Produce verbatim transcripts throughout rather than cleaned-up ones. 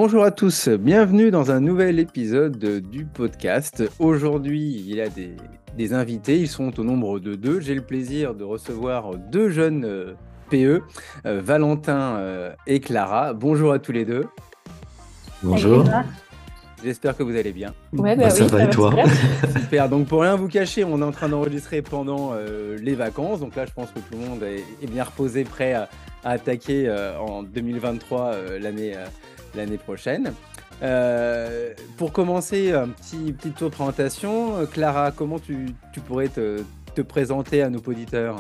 Bonjour à tous, bienvenue dans un nouvel épisode du podcast. Aujourd'hui, il y a des, des invités, ils sont au nombre de deux. J'ai le plaisir de recevoir deux jeunes euh, P E, euh, Valentin euh, et Clara. Bonjour à tous les deux. Avec Bonjour. plaisir. J'espère que vous allez bien. Ouais, Bah, bah ça oui, va ça et va toi? super. Super, donc pour rien vous cacher, on est en train d'enregistrer pendant euh, les vacances. Donc là, je pense que tout le monde est, est bien reposé, prêt à, à attaquer euh, en deux mille vingt-trois, euh, l'année, euh, l'année prochaine. Euh, pour commencer, un petit, petit tour de présentation. Euh, Clara, comment tu, tu pourrais te, te présenter à nos auditeurs?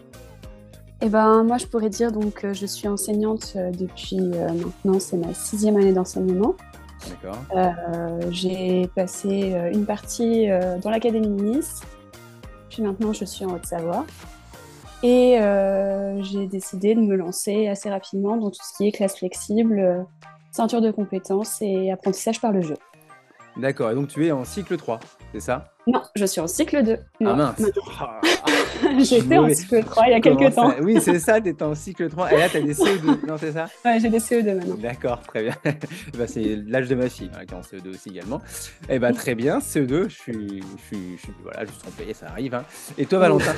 Et ben moi, je pourrais dire donc euh, je suis enseignante euh, depuis euh, maintenant, c'est ma sixième année d'enseignement. D'accord. Euh, j'ai passé euh, une partie euh, dans l'Académie de Nice, puis maintenant je suis en Haute-Savoie. Et euh, j'ai décidé de me lancer assez rapidement dans tout ce qui est classe flexible, euh, ceinture de compétences et apprentissage par le jeu. D'accord, et donc tu es en cycle trois, c'est ça? Non, je suis en cycle deux. Ah Non, mince. maintenant. Ah, ah, je suis J'étais en mauvais. cycle trois il y a Comment quelques ça? temps. Oui, c'est ça, tu es en cycle trois. Et là, tu as des C E deux, non, c'est ça? Ouais, j'ai des C E deux maintenant. D'accord, très bien. Bah, c'est l'âge de ma fille, hein, qui est en C E deux aussi également. Eh bah, très bien, C E deux, je suis, je suis, je suis voilà, je suis trompé, ça arrive, hein. Et toi, Valentin?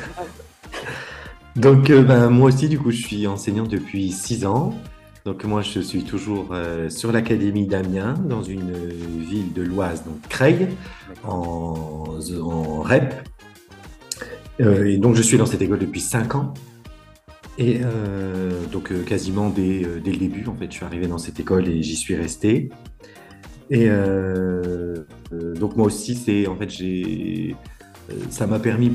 Donc, euh, ben, moi aussi, du coup, je suis enseignant depuis six ans. Donc, moi, je suis toujours euh, sur l'Académie d'Amiens, dans une euh, ville de l'Oise, donc Creil, en, en R E P. Euh, et donc, je suis dans cette école depuis cinq ans. Et euh, donc, euh, quasiment dès, euh, dès le début, en fait, je suis arrivé dans cette école et j'y suis resté. Et euh, euh, donc, moi aussi, c'est, en fait, j'ai, euh, ça m'a permis,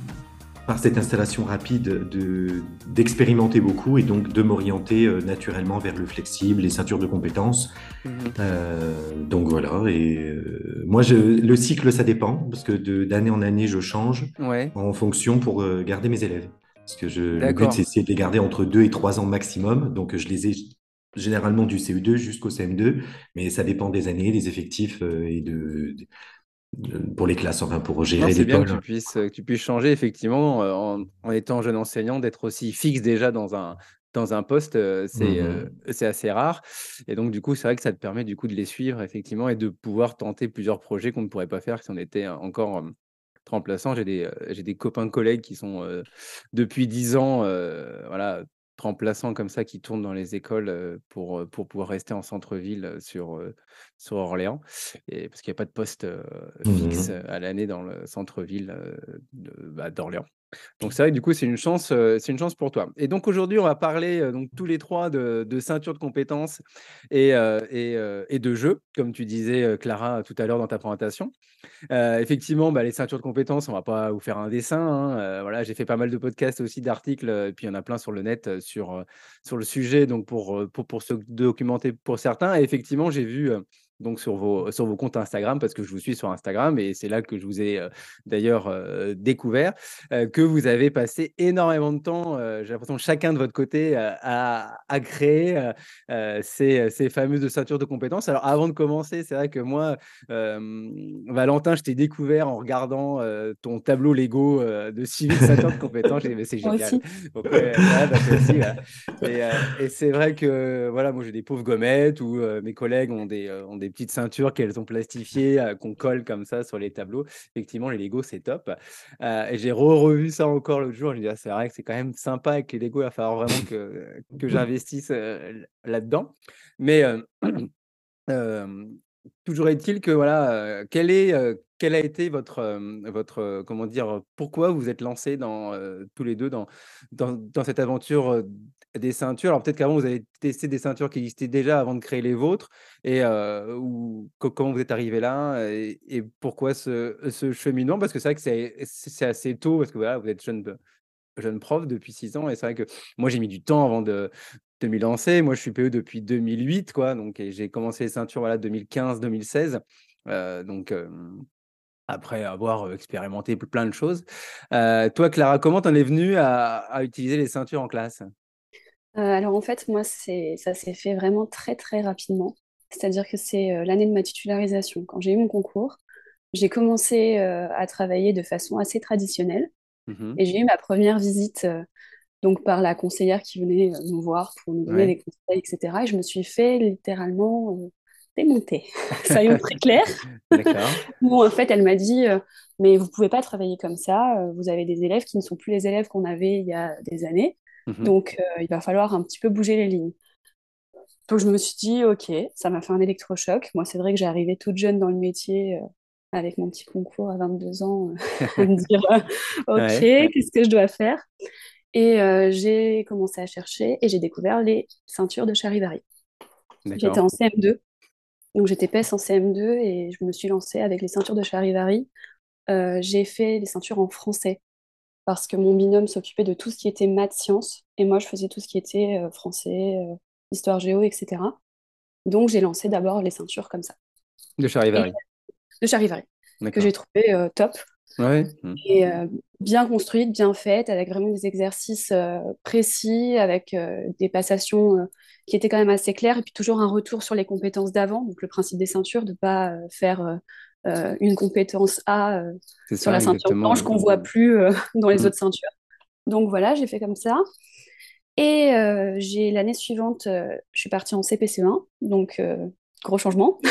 par cette installation rapide, de, d'expérimenter beaucoup et donc de m'orienter euh, naturellement vers le flexible, les ceintures de compétences. Mhm. Euh, donc voilà, et euh, moi, je, le cycle, ça dépend, parce que de, d'année en année, je change Ouais, en fonction pour euh, garder mes élèves. Parce que je, le but, d'accord. c'est essayer de les garder entre deux et trois ans maximum. Donc, je les ai généralement du C E deux jusqu'au C M deux, mais ça dépend des années, des effectifs euh, et de, de- pour les classes, enfin pour Non, gérer c'est bien que tu l'école. puisses, que tu puisses changer, effectivement, euh, en, en étant jeune enseignant, d'être aussi fixe déjà dans un, dans un poste, euh, c'est euh, Mhm. c'est assez rare. Et donc, du coup, c'est vrai que ça te permet du coup de les suivre, effectivement, et de pouvoir tenter plusieurs projets qu'on ne pourrait pas faire si on était encore euh, remplaçant. J'ai des, euh, j'ai des copains collègues qui sont euh, depuis dix ans, euh, voilà, remplaçants comme ça, qui tournent dans les écoles euh, pour, euh, pour pouvoir rester en centre-ville euh, sur, euh, sur Orléans. Et, parce qu'il n'y a pas de poste euh, fixe Mhm. euh, à l'année dans le centre-ville euh, de- bah, d'Orléans. Donc c'est vrai que du coup, c'est une chance, euh, c'est une chance pour toi. Et donc aujourd'hui, on va parler euh, donc tous les trois de, de ceinture de compétences et, euh, et, euh, et de jeux, comme tu disais, euh, Clara, tout à l'heure dans ta présentation. Euh, effectivement, bah, les ceintures de compétences, on va pas vous faire un dessin, hein. Euh, voilà, j'ai fait pas mal de podcasts et aussi d'articles, euh, et puis il y en a plein sur le net euh, sur, euh, sur le sujet, donc pour, euh, pour, pour se documenter pour certains. Et effectivement, j'ai vu euh, donc sur vos, sur vos comptes Instagram, parce que je vous suis sur Instagram, et c'est là que je vous ai euh, d'ailleurs euh, découvert, euh, que vous avez passé énormément de temps, euh, j'ai l'impression, chacun de votre côté, euh, à, à créer euh, euh, ces, ces fameuses ceintures de compétences. Alors avant de commencer, c'est vrai que moi, euh, Valentin, je t'ai découvert en regardant euh, ton tableau Lego euh, de suivi de ceinture de compétences. J'ai dit, mais c'est Moi génial. aussi. Donc, ouais, ouais, bah, toi aussi, voilà. Et, euh, et c'est vrai que voilà, moi j'ai des pauvres gommettes ou euh, mes collègues ont des, euh, ont des petites ceintures qu'elles ont plastifiées, euh, qu'on colle comme ça sur les tableaux. Effectivement, les Lego, c'est top. Euh, et j'ai re-revu ça encore l'autre jour. Je me dis, ah, c'est vrai que c'est quand même sympa avec les Lego. Il va falloir vraiment que, que j'investisse euh, là-dedans. Mais euh, euh, toujours est-il que voilà, euh, quel est, euh, quel a été votre, euh, votre euh, comment dire, pourquoi vous êtes lancés dans, euh, tous les deux dans, dans, dans cette aventure euh, des ceintures? Alors peut-être qu'avant vous avez testé des ceintures qui existaient déjà avant de créer les vôtres, et euh, ou co- comment vous êtes arrivé là, et, et pourquoi ce, ce cheminement? Parce que c'est vrai que c'est c'est c'est assez tôt, parce que voilà, vous êtes jeune jeune prof depuis six ans, et c'est vrai que moi j'ai mis du temps avant de, de m'y lancer. Moi je suis P E depuis deux mille huit, quoi, donc, et j'ai commencé les ceintures voilà, deux mille quinze deux mille seize, euh, donc euh, après avoir euh, expérimenté plein de choses. Euh, toi Clara, comment t'en es venue à, à utiliser les ceintures en classe? Euh, alors en fait, moi, c'est, ça s'est fait vraiment très très rapidement. C'est-à-dire que c'est euh, l'année de ma titularisation. Quand j'ai eu mon concours, j'ai commencé euh, à travailler de façon assez traditionnelle Mhm. et j'ai eu ma première visite euh, donc par la conseillère qui venait euh, nous voir pour nous donner Ouais. des conseils, et cetera. Et je me suis fait littéralement euh, démonté. Soyons très clairs. D'accord. Bon, en fait, elle m'a dit, euh, mais vous pouvez pas travailler comme ça. euh, Vous avez des élèves qui ne sont plus les élèves qu'on avait il y a des années. Mhm. Donc, euh, il va falloir un petit peu bouger les lignes. Donc, je me suis dit, OK, ça m'a fait un électrochoc. Moi, c'est vrai que j'ai arrivé toute jeune dans le métier, euh, avec mon petit concours à vingt-deux ans, euh, à me dire, euh, OK, Ouais, qu'est-ce que je dois faire? Et euh, j'ai commencé à chercher et j'ai découvert les ceintures de Charivari. J'étais d'accord. en C M deux, donc j'étais P E S en C M deux et je me suis lancée avec les ceintures de Charivari. Euh, j'ai fait les ceintures en français parce que mon binôme s'occupait de tout ce qui était maths, sciences et moi je faisais tout ce qui était euh, français, euh, histoire géo, et cetera. Donc j'ai lancé d'abord les ceintures comme ça. De Et Charivari. de Charivari, que j'ai D'accord. trouvé euh, top Ouais. Mhm. et euh, bien construite, bien faite, avec vraiment des exercices euh, précis, avec euh, des passations euh, qui étaient quand même assez claires, et puis toujours un retour sur les compétences d'avant. Donc le principe des ceintures, de ne pas euh, faire euh, euh, une compétence A euh, C'est sur ça, la ceinture exactement. blanche Ouais. qu'on voit plus euh, dans les Mhm. autres ceintures. Donc voilà, j'ai fait comme ça. Et euh, j'ai l'année suivante, euh, je suis partie en C P C E un, donc euh, gros changement.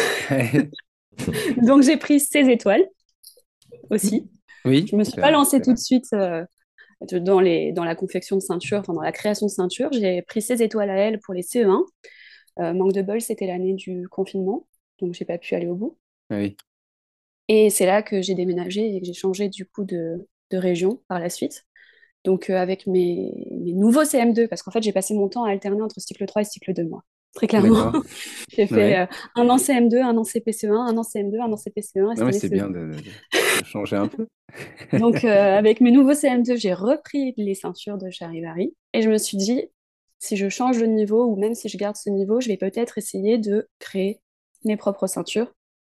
Donc j'ai pris seize étoiles aussi. Je Oui, me suis pas ça- lancée c'est tout vrai. de suite euh, dans les, dans la confection de ceinture, enfin dans la création de ceinture. J'ai pris seize étoiles à elle pour les C E un. Euh, manque de bol, c'était l'année du confinement, donc j'ai pas pu aller au bout. Oui. Et c'est là que j'ai déménagé et que j'ai changé du coup de, de région par la suite. Donc euh, avec mes, mes nouveaux C M deux, parce qu'en fait j'ai passé mon temps à alterner entre cycle trois et cycle deux, moi. Très clairement. D'accord. J'ai fait Ouais. euh, un an C M deux, un an C P C E un, un an C M deux, un an C P C E un, et Non, c'était mais les c'est C E deux. bien de, de- de changer un peu. Donc, euh, avec mes nouveaux C M deux, j'ai repris les ceintures de Charivari et je me suis dit, si je change de niveau ou même si je garde ce niveau, je vais peut-être essayer de créer mes propres ceintures,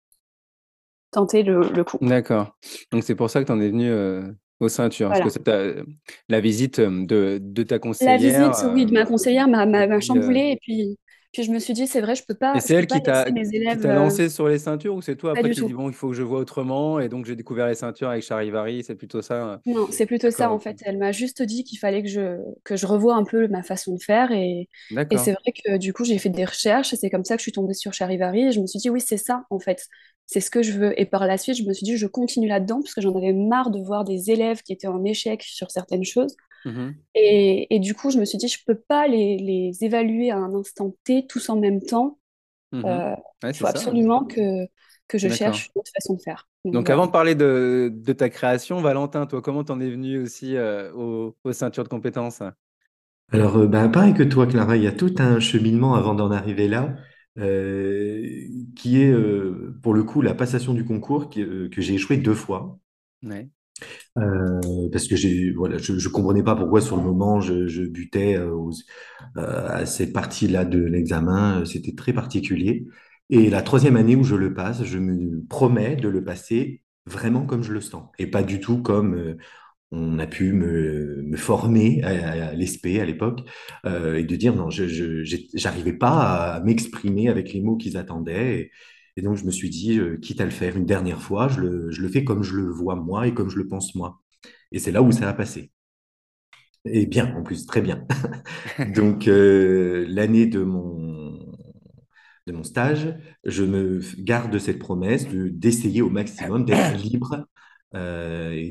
tenter le, le coup. D'accord. Donc, c'est pour ça que tu en es venu euh, aux ceintures. Parce que Voilà. c'est ta- la visite euh, de, de ta La conseillère visite, oui, euh, de ma conseillère m'a t'a m'a- m'a dit. euh, chamboulée et puis, puis je me suis dit, c'est vrai, je peux Et pas, c'est je peux elle pas qui t'a laisser mes qui élèves t'a euh, lancé sur les ceintures ou c'est toi pas après du qui dis tout. bon, il faut que je vois autrement et donc j'ai découvert les ceintures avec Charivari, c'est plutôt ça. euh, Non, c'est plutôt ça D'accord, en ok. fait. Elle m'a juste dit qu'il fallait que je, que je revoie un peu ma façon de faire et, et c'est D'accord. vrai que du coup j'ai fait des recherches et c'est comme ça que je suis tombée sur Charivari et je me suis dit oui c'est ça en fait, c'est ce que je veux. Et par la suite je me suis dit je continue là-dedans parce que j'en avais marre de voir des élèves qui étaient en échec sur certaines choses Mhm, et, et du coup je me suis dit je peux pas les, les évaluer à un instant T tous en même temps. mhm. Euh, Ouais, il c'est faut ça. absolument que, que je D'accord. cherche une autre façon de faire. Donc Donc voilà. avant de parler de, de ta création, Valentin, toi, comment t'en es venu aussi euh, aux, aux ceintures de compétences? Alors, euh, ben, pareil que toi, Clara, il y a tout un cheminement avant d'en arriver là, euh, qui est, euh, pour le coup, la passation du concours qui- euh, que j'ai échoué deux fois. Ouais. Euh, parce que j'ai, voilà, je ne comprenais pas pourquoi sur le moment je, je butais euh, aux- euh, à cette partie-là de l'examen. Euh, C'était très particulier. Et la troisième année où je le passe, je me promets de le passer vraiment comme je le sens et pas du tout comme euh, on a pu me, me former à, à l'E S P à l'époque euh, et de dire non, je, je, j'ai- j'arrivais pas à m'exprimer avec les mots qu'ils attendaient. Et, et donc, je me suis dit, euh, quitte à le faire une dernière fois, je le, je le fais comme je le vois moi et comme je le pense moi. Et c'est là où ça a passé. Et bien, en plus, très bien. Donc, euh, l'année de mon, de mon stage, je me garde cette promesse de, d'essayer au maximum d'être libre euh, et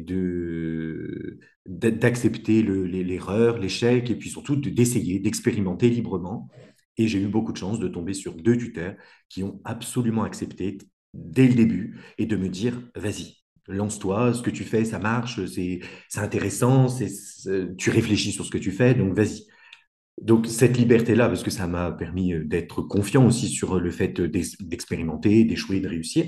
de, d'a- d'accepter le- les- l'erreur, l'échec, et puis surtout de- d'essayer, d'expérimenter librement. Et j'ai eu beaucoup de chance de tomber sur deux tuteurs qui ont absolument accepté dès le début et de me dire, vas-y, lance-toi, ce que tu fais, ça marche, c'est c'est intéressant, c'est, c'est- tu réfléchis sur ce que tu fais, donc vas-y. Donc, cette liberté-là, parce que ça m'a permis euh, d'être confiant aussi sur le fait d'ex- d'expérimenter, d'échouer, de réussir.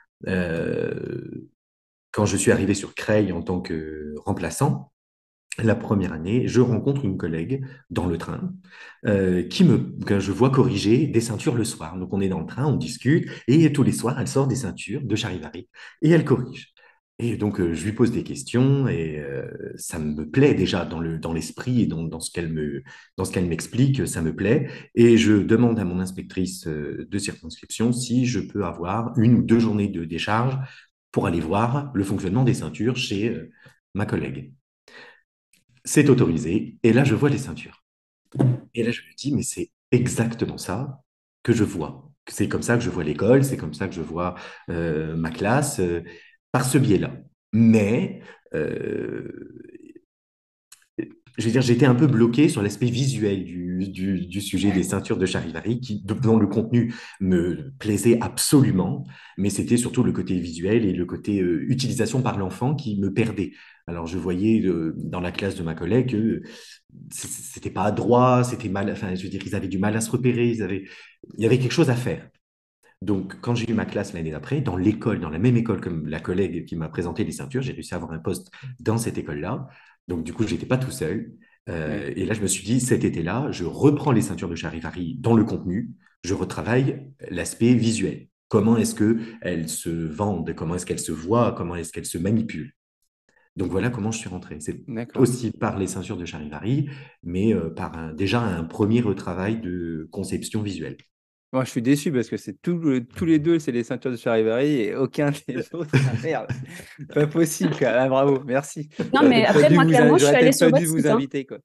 Euh, Quand je suis arrivé sur Creil en tant que remplaçant, la première année, je rencontre une collègue dans le train euh, qui me, que je vois corriger des ceintures le soir. Donc, on est dans le train, on discute, et tous les soirs, elle sort des ceintures de Charivari et elle corrige. Et donc, euh, je lui pose des questions et euh, ça me plaît déjà dans le, dans l'esprit et dans, dans ce qu'elle me, dans ce qu'elle m'explique, ça me plaît. Et je demande à mon inspectrice euh, de circonscription si je peux avoir une ou deux journées de décharge pour aller voir le fonctionnement des ceintures chez euh, ma collègue. C'est autorisé. Et là, je vois les ceintures. Et là, je me dis, mais c'est exactement ça que je vois, C'est comme ça que je vois l'école, c'est comme ça que je vois euh, ma classe, euh, par ce biais-là. Mais, euh, je veux dire, j'étais un peu bloqué sur l'aspect visuel du, du, du sujet des ceintures de Charivari, qui, dont le contenu me plaisait absolument, mais c'était surtout le côté visuel et le côté euh, utilisation par l'enfant qui me perdait. Alors, je voyais euh, dans la classe de ma collègue que c- c'était pas droit, c'était mal, enfin, je veux dire, ils avaient du mal à se repérer, ils avaient, il y avait quelque chose à faire. Donc, quand j'ai eu ma classe l'année d'après, dans l'école, dans la même école que la collègue qui m'a présenté les ceintures, j'ai réussi à avoir un poste dans cette école-là. Donc, du coup, je n'étais pas tout seul. Oui. Euh, et là, je me suis dit, cet été-là, je reprends les ceintures de Charivari dans le contenu, je retravaille l'aspect visuel. Comment est-ce qu'elles se vendent, comment est-ce qu'elles se voient, comment est-ce qu'elles se manipulent. Donc, voilà comment je suis rentré. C'est D'accord. aussi par les ceintures de Charivari, mais euh, par un- déjà un premier retravail de conception visuelle. Moi, je suis déçu parce que c'est tout le- tous les deux, c'est les ceintures de Charivari et aucun des autres. Ah, merde, pas possible, quoi. Ah, bravo, merci. Non, J'aurais mais peut-être pas après, dû moi, vous, a- clairement, je suis j'aurais allée peut-être sur pas dû votre vous site, hein. inviter, quoi.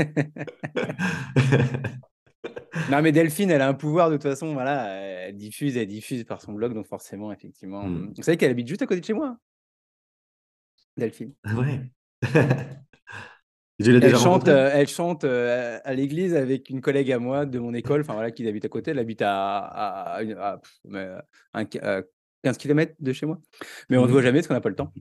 Non, mais Delphine, elle a un pouvoir de toute façon. Voilà, elle diffuse, elle diffuse par son blog, donc forcément, effectivement. Hmm. Vous savez qu'elle habite juste à côté de chez moi, hein, Delphine. Ah ouais. Je l'ai Elle déjà chante, rencontré? euh, elle chante euh, à l'église avec une collègue à moi de mon école, enfin voilà, qui habite à côté. Elle habite à, à, à une- à, pff, mais, euh, un ki- à quinze kilomètres de chez moi. Mais on ne se voit Mhm. jamais parce qu'on n'a pas le temps.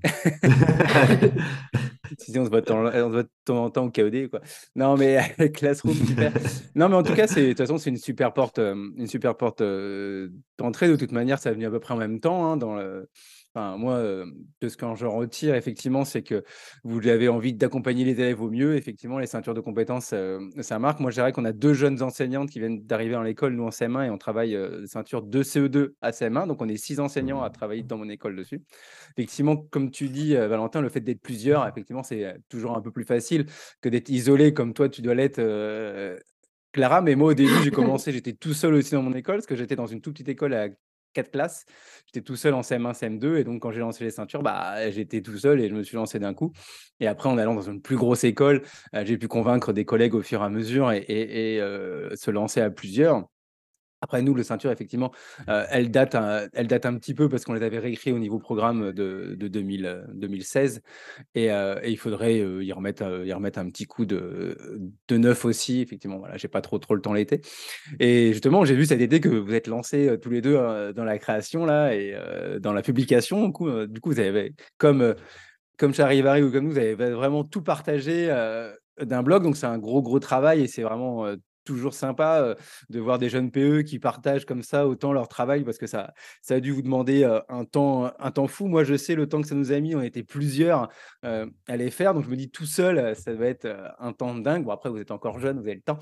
Si on se voit de temps, on se voit de temps en temps au K O D, quoi. Non, mais Classroom, super. Non, mais en tout cas, c'est, de toute façon, c'est une super porte, euh, une super porte euh, d'entrée. De toute manière, ça a venu à peu près en même temps, hein, dans le... Enfin, moi, euh, de ce que j'en retire, effectivement, c'est que vous avez envie d'accompagner les élèves au mieux. Effectivement, les ceintures de compétences, euh, ça marque. Moi, je dirais qu'on a deux jeunes enseignantes qui viennent d'arriver dans l'école, nous en C M un, et on travaille euh, ceinture de C E deux à C M un. Donc, on est six enseignants à Mhm. travailler dans mon école dessus. Effectivement, comme tu dis, euh, Valentin, le fait d'être plusieurs, effectivement, c'est euh, toujours un peu plus facile que d'être isolé comme toi, tu dois l'être, euh, Clara. Mais moi, au début, j'ai commencé, j'étais tout seul aussi dans mon école, parce que j'étais dans une toute petite école à quatre classes. J'étais tout seul en C M un, C M deux. Et donc, quand j'ai lancé les ceintures, bah, j'étais tout seul et je me suis lancé d'un coup. Et après, en allant dans une plus grosse école, euh, j'ai pu convaincre des collègues au fur et à mesure et, et- et, euh, se lancer à plusieurs. Après, nous, le ceinture, effectivement, euh, elle, date un, elle date un petit peu parce qu'on les avait réécrits au niveau programme de, de deux mille, euh, deux mille seize. Et, euh, et il faudrait euh, y, remettre, euh, y remettre un petit coup de, de neuf aussi. Effectivement, voilà, j'ai pas trop, trop le temps l'été. Et justement, j'ai vu cet été que vous êtes lancés euh, tous les deux euh, dans la création là, et euh, dans la publication. Du coup, euh, du coup vous avez, comme, euh, comme Charivari ou comme nous, vous avez vraiment tout partagé euh, d'un blog. Donc, c'est un gros, gros travail et c'est vraiment euh, toujours sympa euh, de voir des jeunes P E qui partagent comme ça autant leur travail parce que ça, ça a dû vous demander euh, un temps, un temps fou. Moi, je sais le temps que ça nous a mis. On était plusieurs euh, à les faire. Donc, je me dis tout seul, euh, ça va être euh, un temps de dingue. Bon, après, vous êtes encore jeune, vous avez le temps.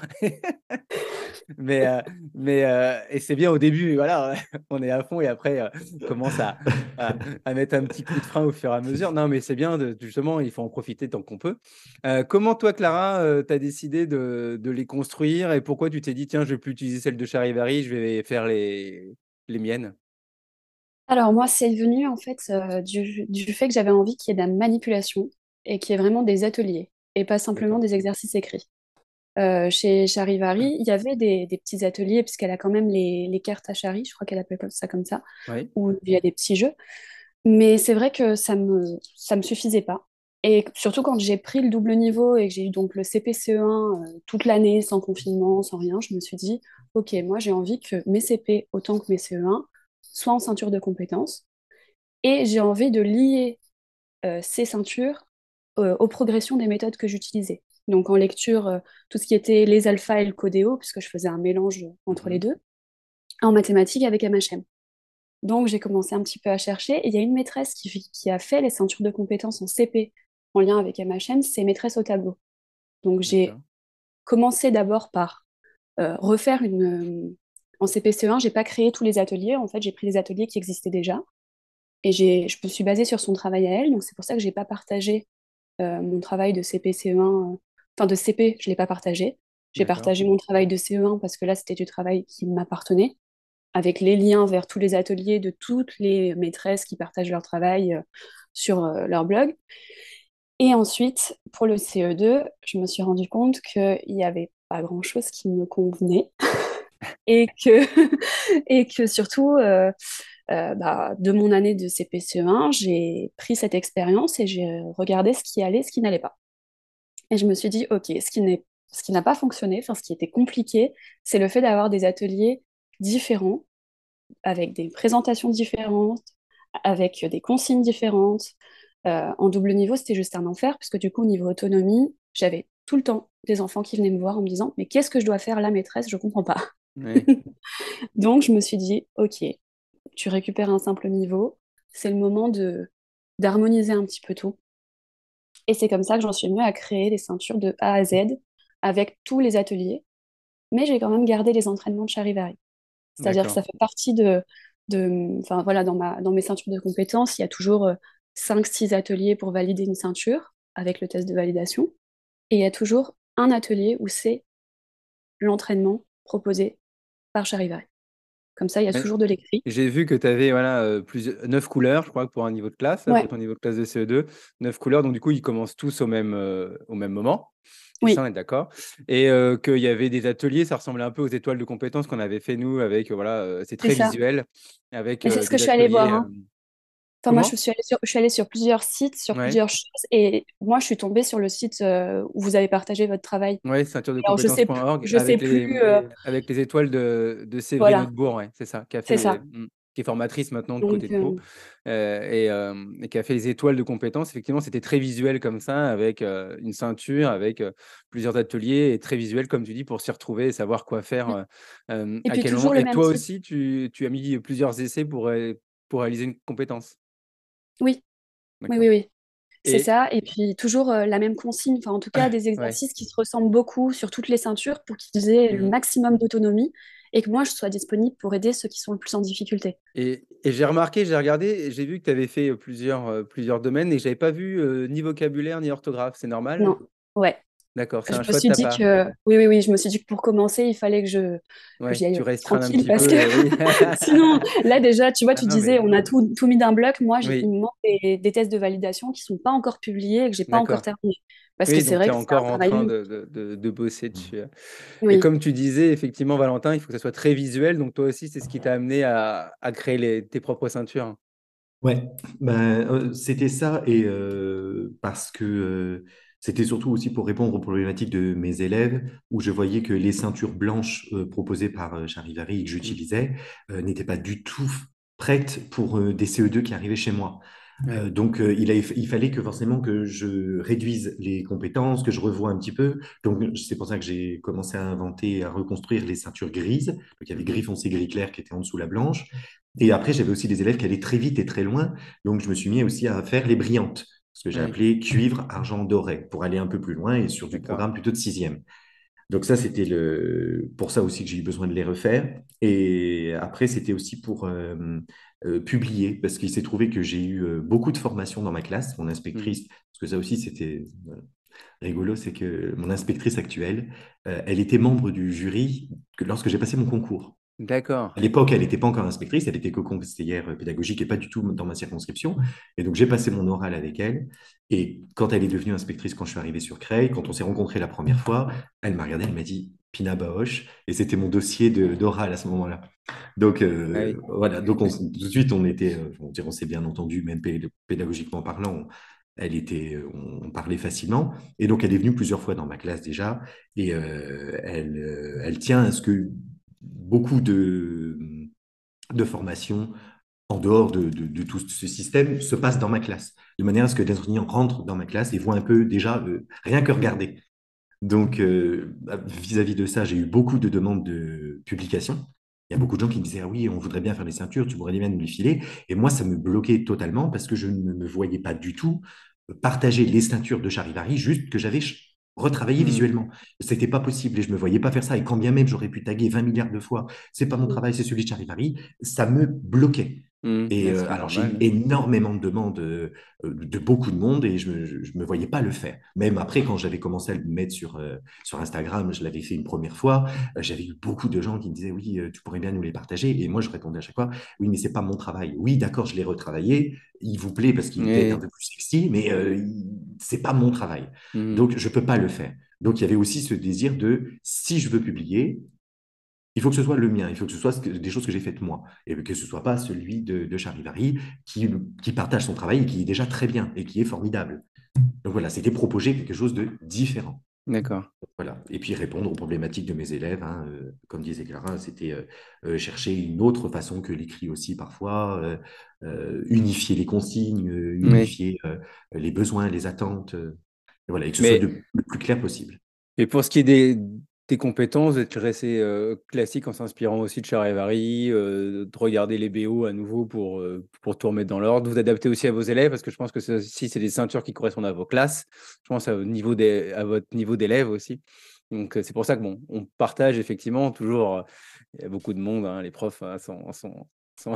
Mais, euh, mais euh, et c'est bien au début, voilà, on est à fond et après, euh, on commence à, à, à mettre un petit coup de frein au fur et à mesure. Non, mais c'est bien, de, justement, il faut en profiter tant qu'on peut. Euh, comment toi, Clara, tu as décidé de, de les construire et pourquoi tu t'es dit, tiens, je vais plus utiliser celle de Charivari, je vais faire les, les miennes? Alors, moi, c'est venu en fait euh, du, du fait que j'avais envie qu'il y ait de la manipulation et qu'il y ait vraiment des ateliers et pas simplement D'accord. des exercices écrits. Euh, chez Charivari, il y avait des, des petits ateliers, puisqu'elle a quand même les, les cartes à Chari, je crois qu'elle appelle comme ça comme ça, Oui. où il y a des petits jeux. Mais c'est vrai que ça me, ça me suffisait pas. Et surtout quand j'ai pris le double niveau et que j'ai eu donc le C P C E un euh, toute l'année, sans confinement, sans rien, je me suis dit, OK, moi j'ai envie que mes C P, autant que mes C E un, soient en ceinture de compétences. Et j'ai envie de lier euh, ces ceintures euh, aux progressions des méthodes que j'utilisais. Donc en lecture, euh, tout ce qui était les alphas et le codéo, puisque je faisais un mélange entre les Mhm. deux, en mathématiques avec M H M. Donc j'ai commencé un petit peu à chercher, et il y a une maîtresse qui, qui a fait les ceintures de compétences en C P en lien avec M H M, c'est maîtresse au tableau. Donc j'ai D'accord. commencé d'abord par euh, refaire une... euh, en C P C E un, j'ai pas créé tous les ateliers, en fait j'ai pris les ateliers qui existaient déjà, et j'ai, je me suis basée sur son travail à elle, donc c'est pour ça que j'ai pas partagé euh, mon travail de C P C E un, euh, enfin de C P, je ne l'ai pas partagé. J'ai D'accord. partagé mon travail de C E un parce que là, c'était du travail qui m'appartenait, avec les liens vers tous les ateliers de toutes les maîtresses qui partagent leur travail euh, sur euh, leur blog. Et ensuite, pour le C E deux, je me suis rendu compte qu'il n'y avait pas grand-chose qui me convenait. et que, et que surtout, euh, euh, bah, de mon année de C P C E un, j'ai pris cette expérience et j'ai regardé ce qui allait, ce qui n'allait pas. Et je me suis dit, OK, ce qui n'est, ce qui n'a pas fonctionné, enfin, ce qui était compliqué, c'est le fait d'avoir des ateliers différents, avec des présentations différentes, avec des consignes différentes. Euh, en double niveau, c'était juste un enfer, puisque du coup, au niveau autonomie, j'avais tout le temps des enfants qui venaient me voir en me disant, mais qu'est-ce que je dois faire là, maîtresse? Je comprends pas. Ouais. Donc, je me suis dit, OK, tu récupères un simple niveau, c'est le moment de d'harmoniser un petit peu tout. Et c'est comme ça que j'en suis venue à créer des ceintures de A à Z avec tous les ateliers, mais j'ai quand même gardé les entraînements de charivari. C'est-à-dire que D'accord. ça fait partie de, de enfin voilà, dans ma, dans mes ceintures de compétences, il y a toujours euh, cinq six ateliers pour valider une ceinture avec le test de validation. Et il y a toujours un atelier où c'est l'entraînement proposé par Charivari. Comme ça, il y a Ouais. toujours de l'écrit. J'ai vu que tu avais voilà, euh, plusieurs, neuf couleurs, je crois, pour un niveau de classe, là, pour Ouais, ton niveau de classe de C E deux. Neuf couleurs, donc du coup, ils commencent tous au même, euh, au même moment. Et ça, oui, on est d'accord. Et euh, qu'il y avait des ateliers, ça ressemblait un peu aux étoiles de compétences qu'on avait fait, nous, avec, euh, voilà, euh, c'est c'est très ça. visuel, avec Mais c'est euh, ce que des je suis allée ateliers. voir, euh, hein. Enfin, moi, je Comment? suis allée sur, je suis allée sur plusieurs sites, sur Ouais. plusieurs choses, et moi, je suis tombée sur le site euh, où vous avez partagé votre travail. Ouais, ceinture de Alors, je sais plus, compétences point org je sais avec les, plus, euh, avec les étoiles de, de Séverine voilà, Hautebourg, ouais, c'est ça, qui a c'est fait, ça. mm, qui est formatrice maintenant de côté Donc, de Pau, euh, euh, et, euh, et qui a fait les étoiles de compétences. Effectivement, c'était très visuel comme ça, avec euh, une ceinture, avec euh, plusieurs ateliers, et très visuel, comme tu dis, pour s'y retrouver et savoir quoi faire, euh, euh, et à puis quel moment. toujours le Et même toi type. aussi, tu, tu as mis plusieurs essais pour, euh, pour réaliser une compétence. Oui, oui, D'accord. oui, oui. C'est Et ça. Et puis toujours euh, la même consigne, enfin en tout cas des ouais. exercices qui se ressemblent beaucoup sur toutes les ceintures pour qu'ils aient le Mm. maximum d'autonomie et que moi je sois disponible pour aider ceux qui sont le plus en difficulté. Et, et j'ai remarqué, j'ai regardé, et j'ai vu que tu avais fait euh, plusieurs, euh, plusieurs domaines et j'avais pas vu euh, ni vocabulaire ni orthographe. C'est normal? Non, ouais. D'accord, c'est Je un me choix de suis ta dit part. que oui, oui, oui, je me suis dit que pour commencer, il fallait que je que Ouais, j'y aille tu euh, restreins un tranquille petit parce peu, que euh, oui. sinon, là déjà, tu vois, Ah tu non, disais, mais on a tout, tout mis d'un bloc. Moi, j'ai, il oui, me manque des, des tests de validation qui sont pas encore publiés et que j'ai pas encore d'accord. terminé. Parce que Oui, c'est donc tu vrai es que c'est un encore en travail train long. de, de, de- de bosser dessus. euh. Et Oui, comme tu disais, effectivement, Valentin, il faut que ça soit très visuel. Donc toi aussi, c'est ce qui t'a amené à, à créer les- tes propres ceintures. Ouais, ben, euh, c'était ça, et euh, parce que euh, c'était surtout aussi pour répondre aux problématiques de mes élèves, où je voyais que les ceintures blanches euh, proposées par euh, Charivari et que Mm. j'utilisais euh, n'étaient pas du tout prêtes pour euh, des C E deux qui arrivaient chez moi. Ouais, Euh, donc, euh, il a, il fallait que forcément que je réduise les compétences, que je revoie un petit peu. Donc, c'est pour ça que j'ai commencé à inventer, à reconstruire les ceintures grises. Donc, il y avait mhm, gris foncé, gris clair qui était en dessous la blanche. Et après, j'avais aussi des élèves qui allaient très vite et très loin. Donc, je me suis mis aussi à faire les brillantes, ce que j'ai ouais, appelé cuivre, argent, doré, pour aller un peu plus loin et sur du d'accord. programme plutôt de sixième. Donc ça, c'était le... pour ça aussi que j'ai eu besoin de les refaire. Et après, c'était aussi pour euh, euh, publier, parce qu'il s'est trouvé que j'ai eu euh, beaucoup de formations dans ma classe. Mon Mhm. inspectrice, parce que ça aussi, c'était euh, rigolo, c'est que mon inspectrice actuelle, euh, elle était membre du jury que lorsque j'ai passé mon concours. D'accord. À l'époque, elle n'était pas encore inspectrice, elle était co-conseillère pédagogique et pas du tout dans ma circonscription. Et donc, j'ai passé mon oral avec elle. Et quand elle est devenue inspectrice, quand je suis arrivé sur Creil, quand on s'est rencontrés la première fois, elle m'a regardé, elle m'a dit Pina Bausch. Et c'était mon dossier de- d'oral à ce moment-là. Donc, Ah euh, oui, voilà. Donc, on- tout de suite, on était, euh, on, dirait, on s'est bien entendu, même pé- pédagogiquement parlant. On, elle était, on, on parlait facilement. Et donc, elle est venue plusieurs fois dans ma classe déjà. Et euh, elle, euh, elle tient à ce que beaucoup de, de formations en dehors de, de, de tout ce système se passent dans ma classe, de manière à ce que les enseignants rentrent dans ma classe et voient un peu déjà, euh, rien que regarder. Donc, euh, vis-à-vis de ça, j'ai eu beaucoup de demandes de publication. Il y a beaucoup de gens qui me disaient, ah oui, on voudrait bien faire des ceintures, tu pourrais bien nous les filer. Et moi, ça me bloquait totalement parce que je ne me voyais pas du tout partager les ceintures de Charivari, juste que j'avais retravaillé Mhm. visuellement. C'était pas possible et je me voyais pas faire ça. Et quand bien même j'aurais pu taguer vingt milliards de fois, c'est pas mon Mm. travail, c'est celui de Charivari, ça me bloquait. Mhm. Et Mais ce euh, qui est alors, j'ai eu normal. énormément de demandes euh, de beaucoup de monde et je ne me voyais pas le faire. Même après, quand j'avais commencé à le mettre sur, euh, sur Instagram, je l'avais fait une première fois, euh, j'avais eu beaucoup de gens qui me disaient, oui, euh, tu pourrais bien nous les partager. Et moi, je répondais à chaque fois, oui, mais c'est pas mon travail. Oui, d'accord, je l'ai retravaillé, il vous plaît parce qu'il est peut-être un Oui. peu plus sexy, mais euh, il- c'est pas mon travail. Mhm. Donc, je peux pas le faire. Donc, il y avait aussi ce désir de, si je veux publier, il faut que ce soit le mien, il faut que ce soit ce que- des choses que j'ai faites moi, et que ce soit pas celui de, de Charivari qui, qui partage son travail et qui est déjà très bien et qui est formidable. Donc voilà, c'était proposer quelque chose de différent. D'accord. Voilà. Et puis répondre aux problématiques de mes élèves, hein, euh, comme disait Clara, c'était euh, euh, chercher une autre façon que l'écrit aussi parfois, euh, euh, unifier les consignes, euh, Oui. unifier euh, les besoins, les attentes, euh, et voilà, et que ce soit Mais, de- le plus clair possible. et pour ce qui est des, des compétences, d'être resté euh, classique en s'inspirant aussi de Charivari, euh, de regarder les B O à nouveau pour, euh, pour tout remettre dans l'ordre, vous adapter aussi à vos élèves, parce que je pense que c'est- si c'est des ceintures qui correspondent à vos classes, je pense à, au niveau des, à votre niveau d'élève aussi. Donc euh, c'est pour ça que bon, on partage effectivement toujours. euh, Il y a beaucoup de monde, hein, les profs hein, sont, sont, sont,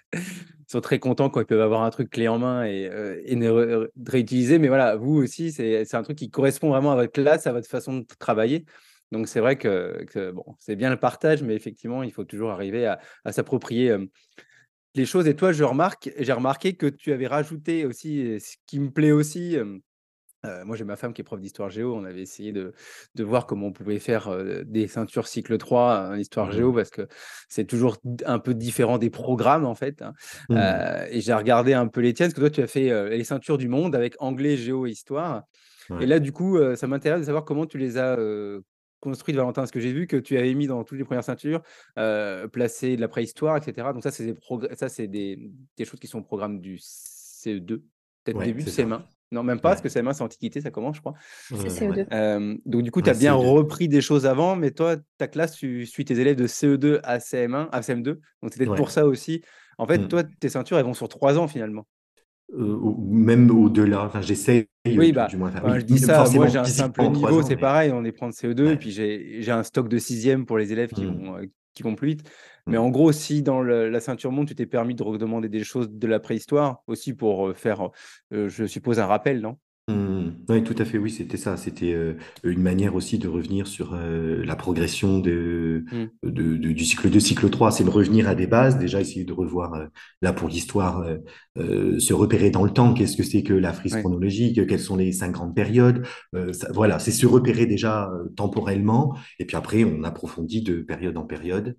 sont très contents quand ils peuvent avoir un truc clé en main et, euh, et ne ré- de réutiliser. Mais voilà, vous aussi, c'est c'est un truc qui correspond vraiment à votre classe, à votre façon de travailler. Donc c'est vrai que, que, bon, c'est bien le partage, mais effectivement, il faut toujours arriver à, à s'approprier euh, les choses. Et toi, je remarque, j'ai remarqué que tu avais rajouté aussi, et ce qui me plaît aussi. euh, Heu, moi, j'ai ma femme qui est prof d'histoire géo. On avait essayé de de voir comment on pouvait faire, heu, des ceintures cycle trois en histoire géo Mhm. parce que c'est toujours d un peu différent des programmes, en fait, hein. Mhm. Heu et j'ai regardé un peu les tiennes, parce que toi, tu as fait, heu, les ceintures du monde avec anglais, géo et histoire et Ouais. là, du coup, heu, ça m'intéresse de savoir comment tu les as, heu, construites, Valentin. Parce que j'ai vu que tu avais mis dans toutes les premières ceintures, heu, placer de la préhistoire et cetera. Donc ça, c'est des progr ça, c'est des des choses qui sont au programme du C E deux, peut-être Ouais, début de c'est ça. C M un. Non, même pas, parce Ouais. que C M un, c'est Antiquité, ça commence, je crois. C'est Euh, ouais. C E deux. Hem, donc du coup, tu Ouais, as bien C E deux. repris des choses avant, mais toi, ta classe, tu suis tes élèves de C E deux à C M un à C M deux. Donc c'est peut-être Ouais. pour ça aussi. En fait, toi, Mhm. tes ceintures, elles vont sur trois ans finalement. Euh, ou même au-delà, enfin, j'essaye euh, Oui, du, bah, du moins, enfin, enfin, je oui, dis ça, moi forcément j'ai un simple physiquement en trois niveau, ans, c'est mais pareil, on est prendre C E deux, et ouais. puis j'ai j'ai un stock de sixième pour les élèves qui vont, Mhm. heu, qui vont plus vite. Mais en Mhm. gros, si dans le la ceinture monde, tu t'es permis de redemander des choses de la préhistoire, aussi pour, heu, faire, heu, je suppose un rappel, non? Mhm. Oui, tout à fait, oui, c'était ça. C'était euh, une manière aussi de revenir sur euh, la progression de, Mmh. de- de- du cycle deux, cycle trois. C'est de revenir à des bases, déjà essayer de revoir, euh, là pour l'histoire, euh, euh, se repérer dans le temps. Qu'est-ce que c'est que la frise Ouais. chronologique? Quelles sont les cinq grandes périodes? Euh, ça- voilà, c'est se repérer déjà euh, temporellement. Et puis après, on approfondit de période en période.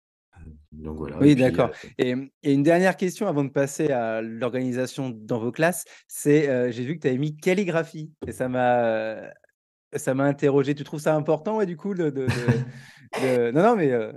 Donc voilà, et Oui, puis d'accord. euh, Et, mmh, et une dernière question avant de passer à l'organisation dans vos classes, c'est, heu, j'ai vu que tu avais mis calligraphie et ça m'a, heu, ça m'a interrogé. Tu trouves ça important, ouais, du coup, de de de de non, non, mais, heu,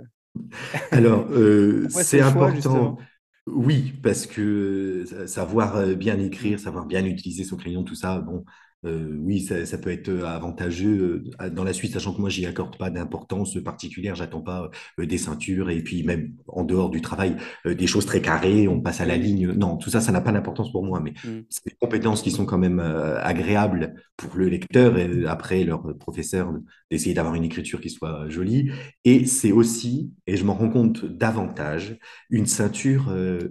alors, euh, pourquoi c'est ce choix important, justement? oui, parce que euh, savoir euh, bien Mmh. écrire, savoir bien utiliser son crayon, tout ça, bon, euh, oui, ça, ça peut être euh, avantageux euh, dans la suite, sachant que moi, j'y accorde pas d'importance particulière, j'attends pas euh, des ceintures, et puis même en dehors du travail, euh, des choses très carrées, on passe à la Oui. ligne. Non, tout ça, ça n'a pas d'importance pour moi, mais Mmh. c'est des compétences qui sont quand même euh, agréables pour le lecteur et après leur professeur d'essayer d'avoir une écriture qui soit jolie. Et c'est aussi, et je m'en rends compte davantage, une ceinture euh,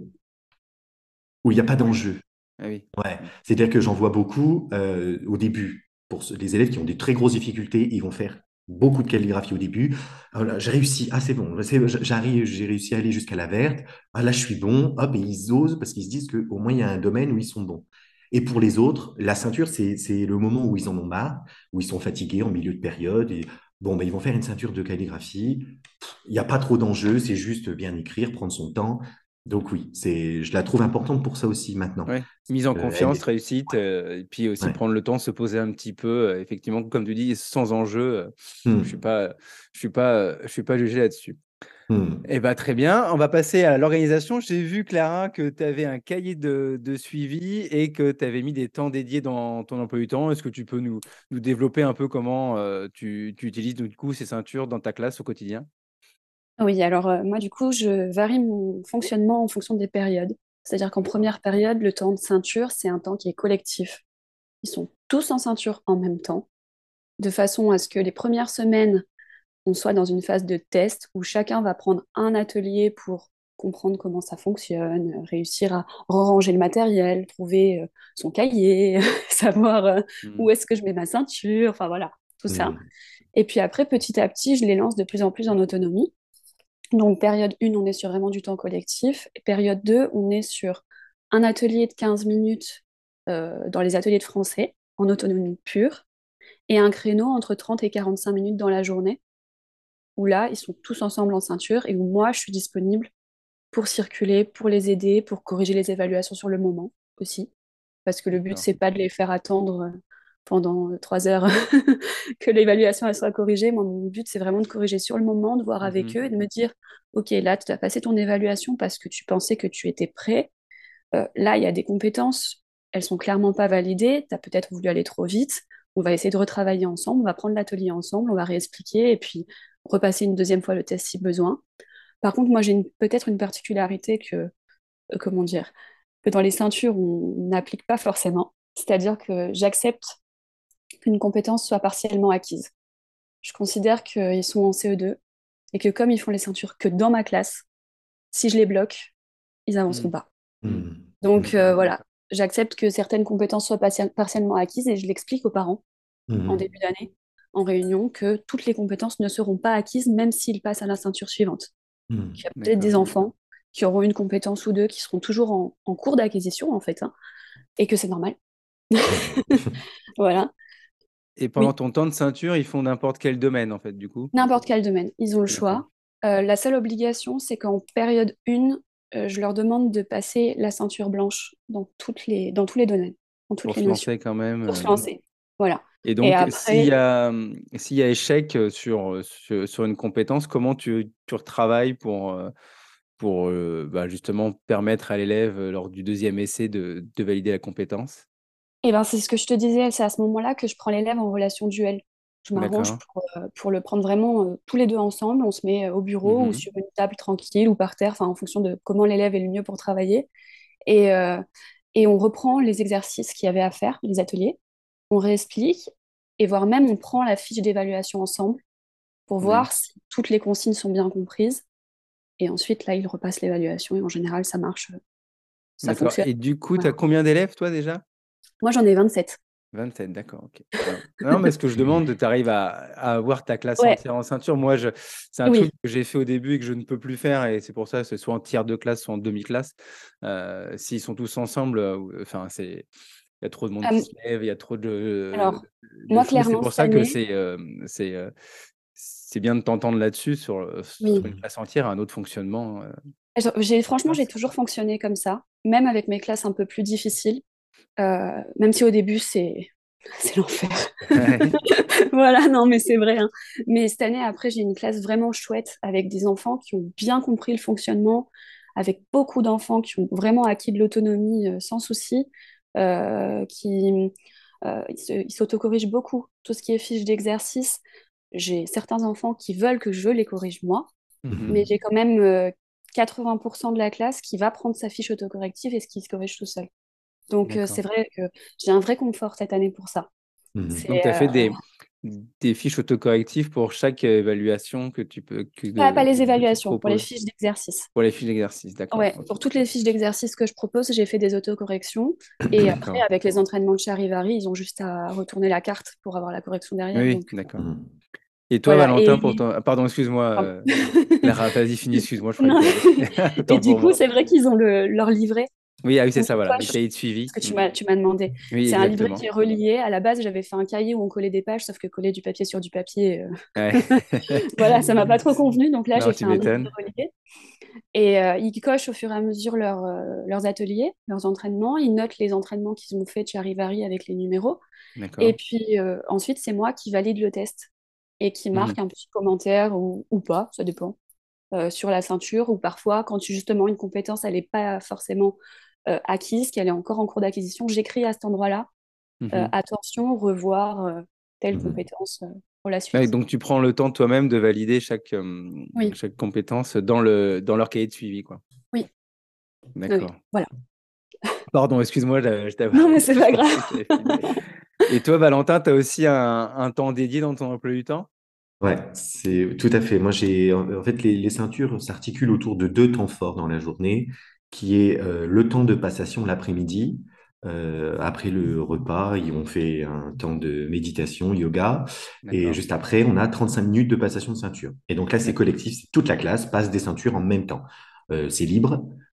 où il n'y a pas Ouais. d'enjeu. Ah oui. Ouais. Mmh. C'est-à-dire que j'en vois beaucoup euh, au début. Pour ceux- les élèves qui ont des très grosses difficultés, ils vont faire beaucoup de calligraphie au début. Ah, là, j'ai réussi, ah c'est bon, c'est- j'arrive, j'ai réussi à aller jusqu'à la verte. Ah là, je suis bon. Hop, et ils osent parce qu'ils se disent qu'au moins il y a un domaine où ils sont bons. Et pour les autres, la ceinture, c'est c'est le moment où ils en ont marre, où ils sont fatigués en milieu de période. Et bon, ben, ils vont faire une ceinture de calligraphie. Il n'y a pas trop d'enjeux, c'est juste bien écrire, prendre son temps. Donc oui, c'est, je la trouve importante pour ça aussi maintenant. Ouais, mise en Euh, elle confiance, est- réussite, heu, et puis aussi ouais. prendre le temps de se poser un petit peu, heu, effectivement, comme tu dis, sans enjeu, heu, je suis Hmm. pas je suis pas, heu, je suis pas jugé là-dessus. Hmm. Eh bah, très bien, on va passer à l'organisation. J'ai vu, Clara, que tu avais un cahier de de suivi et que tu avais mis des temps dédiés dans ton emploi du temps. Est-ce que tu peux nous nous développer un peu comment, heu, tu tu utilises, du coup, ces ceintures dans ta classe au quotidien? Oui, alors euh, moi, du coup, je varie mon fonctionnement en fonction des périodes. C'est-à-dire qu'en première période, le temps de ceinture, c'est un temps qui est collectif. Ils sont tous en ceinture en même temps, de façon à ce que les premières semaines, on soit dans une phase de test où chacun va prendre un atelier pour comprendre comment ça fonctionne, euh, réussir à ranger le matériel, trouver euh, son cahier, savoir euh, Mmh. où est-ce que je mets ma ceinture, enfin voilà, tout ça. Hmm. Et puis après, petit à petit, je les lance de plus en plus en autonomie. Donc, période un, on est sur vraiment du temps collectif. Et période deux, on est sur un atelier de quinze minutes euh, dans les ateliers de français, en autonomie pure, et un créneau entre trente et quarante-cinq minutes dans la journée, où là, ils sont tous ensemble en ceinture et où moi, je suis disponible pour circuler, pour les aider, pour corriger les évaluations sur le moment aussi. Parce que le but, D'accord. c'est pas de les faire attendre euh, pendant euh, trois heures que l'évaluation elle soit corrigée. Moi, mon but, c'est vraiment de corriger sur le moment, de voir avec Mhm. eux et de me dire, OK, là, tu as passé ton évaluation parce que tu pensais que tu étais prêt. Euh, là, il y a des compétences, elles sont clairement pas validées. Tu as peut-être voulu aller trop vite. On va essayer de retravailler ensemble, on va prendre l'atelier ensemble, on va réexpliquer et puis repasser une deuxième fois le test si besoin. Par contre, moi, j'ai une- peut-être une particularité que, euh, comment dire, que dans les ceintures, on on n'applique pas forcément. C'est-à-dire que j'accepte qu'une compétence soit partiellement acquise. Je considère qu'ils sont en C E deux et que comme ils font les ceintures que dans ma classe, si je les bloque, ils avanceront Mhm. pas. Mhm. Hmm. Donc D'accord. euh, voilà, j'accepte que certaines compétences soient parti- partiellement acquises et je l'explique aux parents en Hmm. début d'année, en réunion, que toutes les compétences ne seront pas acquises même s'ils passent à la ceinture suivante. Hmm. Il y a peut-être D'accord. des enfants qui auront une compétence ou deux qui seront toujours en, en cours d'acquisition en fait, hein, et que c'est normal. Voilà, Et pendant oui, ton temps de ceinture, ils font n'importe quel domaine, en fait, du coup. n'importe quel domaine, ils ont le D'accord. choix. Euh, la seule obligation, c'est qu'en période un, euh, je leur demande de passer la ceinture blanche dans, toutes les, dans tous les domaines, dans toutes Pour les se notions, lancer quand même. pour se euh. lancer. Voilà. Et Et donc, s'il y après, a, hum, s'il y a échec euh, sur, euh, sur, sur une compétence, comment tu, tu retravailles pour, euh, pour euh, bah, justement permettre à l'élève, euh, lors du deuxième essai, de, de valider la compétence? eh ben, c'est ce que je te disais, c'est à ce moment-là que je prends l'élève en relation duel. Je m'arrange D'accord. pour, euh, pour le prendre vraiment euh, tous les deux ensemble. On se met euh, au bureau ou Mhm. sur une table tranquille ou par terre, enfin, en fonction de comment l'élève est le mieux pour travailler. Et, euh, et on reprend les exercices qu'il y avait à faire, les ateliers. On réexplique et voire même on prend la fiche d'évaluation ensemble pour Oui. voir si toutes les consignes sont bien comprises. Et ensuite, là, il repasse l'évaluation et en général, ça marche, euh, ça D'accord. fonctionne. Et du coup, tu as Voilà. combien d'élèves, toi, déjà? Moi, j'en ai vingt-sept. Vingt-sept, d'accord, ok. Voilà. Non, mais ce que je demande, tu arrives à, à avoir ta classe Ouais, entière en ceinture. Moi, je, c'est un truc oui. que j'ai fait au début et que je ne peux plus faire. Et c'est pour ça que c'est soit en tiers de classe, soit en demi-classe. Euh, s'ils sont tous ensemble, euh, ou- enfin, c'est, il y a trop de monde qui Euh, se lève, il y a trop de, alors, de moi, choses. C'est clairement, pour cette ça que année, c'est, euh, c'est, euh, c'est bien de t'entendre là-dessus sur, sur une oui. classe entière, un autre fonctionnement euh, J'ai, en franchement, j'ai classe. toujours fonctionné comme ça, même avec mes classes un peu plus difficiles. Euh, même si au début, c'est c'est l'enfer. Ouais. Voilà, non, mais c'est vrai, hein. Mais cette année, après, j'ai une classe vraiment chouette avec des enfants qui ont bien compris le fonctionnement, avec beaucoup d'enfants qui ont vraiment acquis de l'autonomie euh, sans souci, euh, qui euh, ils se- ils s'autocorrigent beaucoup. Tout ce qui est fiche d'exercice, j'ai certains enfants qui veulent que je les corrige moi, Mhm. mais Mhm. j'ai quand même euh, quatre-vingts pour cent de la classe qui va prendre sa fiche autocorrective et ce qui se corrige tout seul. Donc, euh, c'est D'accord. vrai que j'ai un vrai confort cette année pour ça. Mhm. Donc, C'est tu as fait euh, des, des fiches autocorrectives pour chaque évaluation que tu peux que, pas, pas que, les que tu évaluations, pour les proposes. fiches d'exercice. Pour les fiches d'exercice, d'accord. Ouais, Ok. pour toutes les fiches d'exercice que je propose, j'ai fait des autocorrections. Et après, D'accord. avec les entraînements de Charivari, ils ont juste à retourner la carte pour avoir la correction derrière. Oui, Donc d'accord. Mhm. Et toi, voilà. Valentin, pour Et, ton... Pardon, excuse-moi, pardon. euh, Lara, vas-y, finis, excuse-moi, je croyais Non. que tu allais. Et Autant du pour coup, moi. c'est vrai qu'ils ont le, leur livret Oui, ah oui, c'est où ça, ils voilà, le cochent cahier de ce suivi. que tu Hmm. m'as tu m'as demandé. Oui, C'est un livret exactement. qui est relié. À la base, j'avais fait un cahier où on collait des pages, sauf que coller du papier sur du papier, euh, Ouais. voilà, ça m'a pas trop convenu. Donc là, Non, j'ai tu fait un livre m'étonnes. relié. Et euh, ils cochent au fur et à mesure leur, euh, leurs ateliers, leurs entraînements. Ils notent les entraînements qu'ils ont fait de Charivari avec les numéros. Et D'accord. puis euh, ensuite, c'est moi qui valide le test et qui Mhm. marque un petit commentaire ou, ou pas, ça dépend, euh, sur la ceinture. Ou parfois, quand justement une compétence, elle n'est pas forcément euh, acquise, qu'elle est encore en cours d'acquisition, j'écris à cet endroit-là, euh, Mhm. attention, revoir euh, telle Mhm. compétence euh, pour la Ouais, suite. donc, tu prends le temps toi-même de valider chaque, euh, Oui, chaque compétence dans le, dans leur cahier de suivi, quoi. oui, oui, D'accord. voilà. Pardon, excuse-moi, je, je t'avais- Non, mais c'est je pas grave. pensais que tu avais fini. Et toi, Valentin, tu as aussi un, un temps dédié dans ton emploi du temps? Ouais, c'est tout à fait. Moi, j'ai en en fait les, les ceintures s'articulent autour de deux temps forts dans la journée, qui est euh, le temps de passation l'après-midi. Euh, après le repas, y- on fait un temps de méditation, yoga, et D'accord. juste après, on a trente-cinq minutes de passation de ceinture. Et donc là, c'est D'accord. collectif, c'est toute la classe passe des ceintures en même temps. Euh, c'est libre.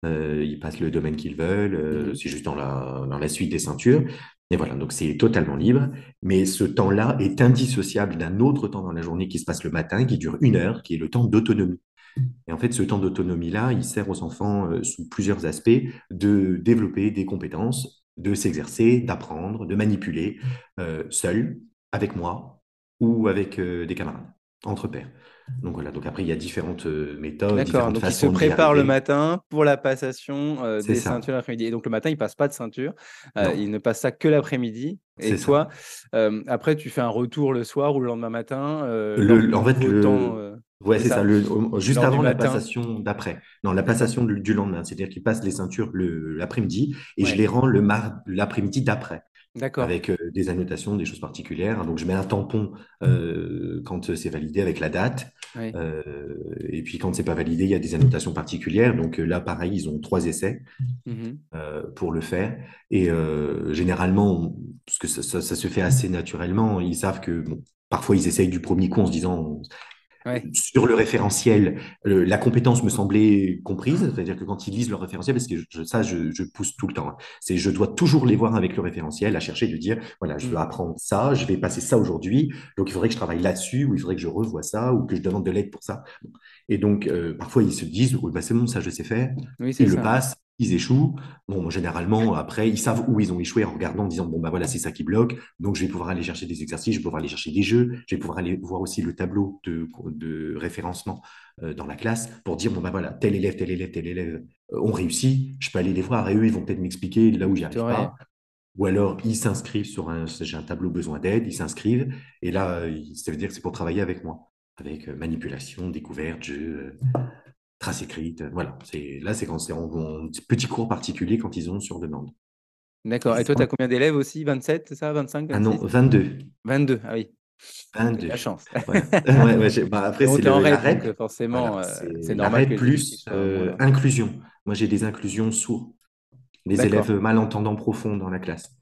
Euh, ils passent le domaine qu'ils veulent. euh, Mhm. c'est juste dans la, dans la suite des ceintures. Et voilà, donc c'est totalement libre. Mais ce temps-là est indissociable d'un autre temps dans la journée qui se passe le matin, qui dure une heure, qui est le temps d'autonomie. Et en fait, ce temps d'autonomie-là, il sert aux enfants, euh, sous plusieurs aspects, de développer des compétences, de s'exercer, d'apprendre, de manipuler, euh, seul, avec moi ou avec euh, des camarades, entre pairs. Donc voilà, donc après, il y a différentes euh, méthodes, D'accord, différentes donc il se façons d'y prépare le arriver. matin pour la passation euh, C'est des ça. ceintures l'après-midi. Et donc le matin, il passe pas de ceinture, euh, il Non, ne passe ça que l'après-midi. Et c'est ça. toi, euh, après, tu fais un retour le soir ou le lendemain matin euh, lors Le, du en fait, nouveau temps, le, euh, ouais, c'est c'est ça. ça? Le, au- juste Lors du avant la matin, passation d'après. Non, la d'accord. passation du, du lendemain. C'est-à-dire qu'ils passent les ceintures le, l'après-midi et je Ouais, les rends le mar, l'après-midi d'après, d'accord. avec euh, des annotations, des choses particulières. Donc, je mets un tampon euh, quand c'est validé avec la date. Ouais. Euh, et puis, quand c'est pas validé, il y a des annotations particulières. Donc, euh, là, pareil, ils ont trois essais Mhm. euh, pour le faire. Et euh, généralement, on- parce que ça, ça- ça se fait assez naturellement, ils savent que bon, parfois ils essayent du premier coup en se disant Ouais, sur le référentiel, le- la compétence me semblait comprise, c'est-à-dire que quand ils lisent le référentiel, parce que je- ça, je, je pousse tout le temps, hein, c'est je dois toujours les voir avec le référentiel, à chercher de dire, voilà, je veux mm, apprendre ça, je vais passer ça aujourd'hui, donc il faudrait que je travaille là-dessus, ou il faudrait que je revoie ça, ou que je demande de l'aide pour ça. Et donc, euh, parfois, ils se disent, oui, bah, c'est bon, ça, je sais faire, oui, c'est ils le ça. passent, ils échouent. Bon, généralement, après, ils savent où ils ont échoué en regardant, en disant, bon, bah voilà, c'est ça qui bloque. Donc, je vais pouvoir aller chercher des exercices, je vais pouvoir aller chercher des jeux, je vais pouvoir aller voir aussi le tableau de, de référencement euh, dans la classe pour dire, bon, bah voilà, tel élève, tel élève, tel élève euh, ont réussi. Je peux aller les voir et eux, ils vont peut-être m'expliquer là Le où j'y arrive tutorer. pas. Ou alors, ils s'inscrivent sur un, j'ai un tableau besoin d'aide, ils s'inscrivent. Et là, euh, ça veut dire que c'est pour travailler avec moi, avec euh, manipulation, découverte, jeu, euh, trace écrite. euh, Voilà. C'est, là, c'est quand c'est en, en petit cours particulier quand ils ont sur demande. D'accord. Et Et toi, ça, tu as combien d'élèves aussi? Vingt-sept, c'est ça? Vingt-cinq, ah non, vingt-six? vingt-deux. Vingt-deux. Ah oui, tu as de vingt-deux. la chance. Voilà. Ouais, ouais, j'ai- bah, après, Et on c'est t'es en le, la REP, donc REP. euh, forcément, Voilà, euh, c'est c'est la normal que REP les effectifs plus soient euh, moindres. inclusion. Moi, j'ai des inclusions sourds, les élèves D'accord. malentendants profonds dans la classe.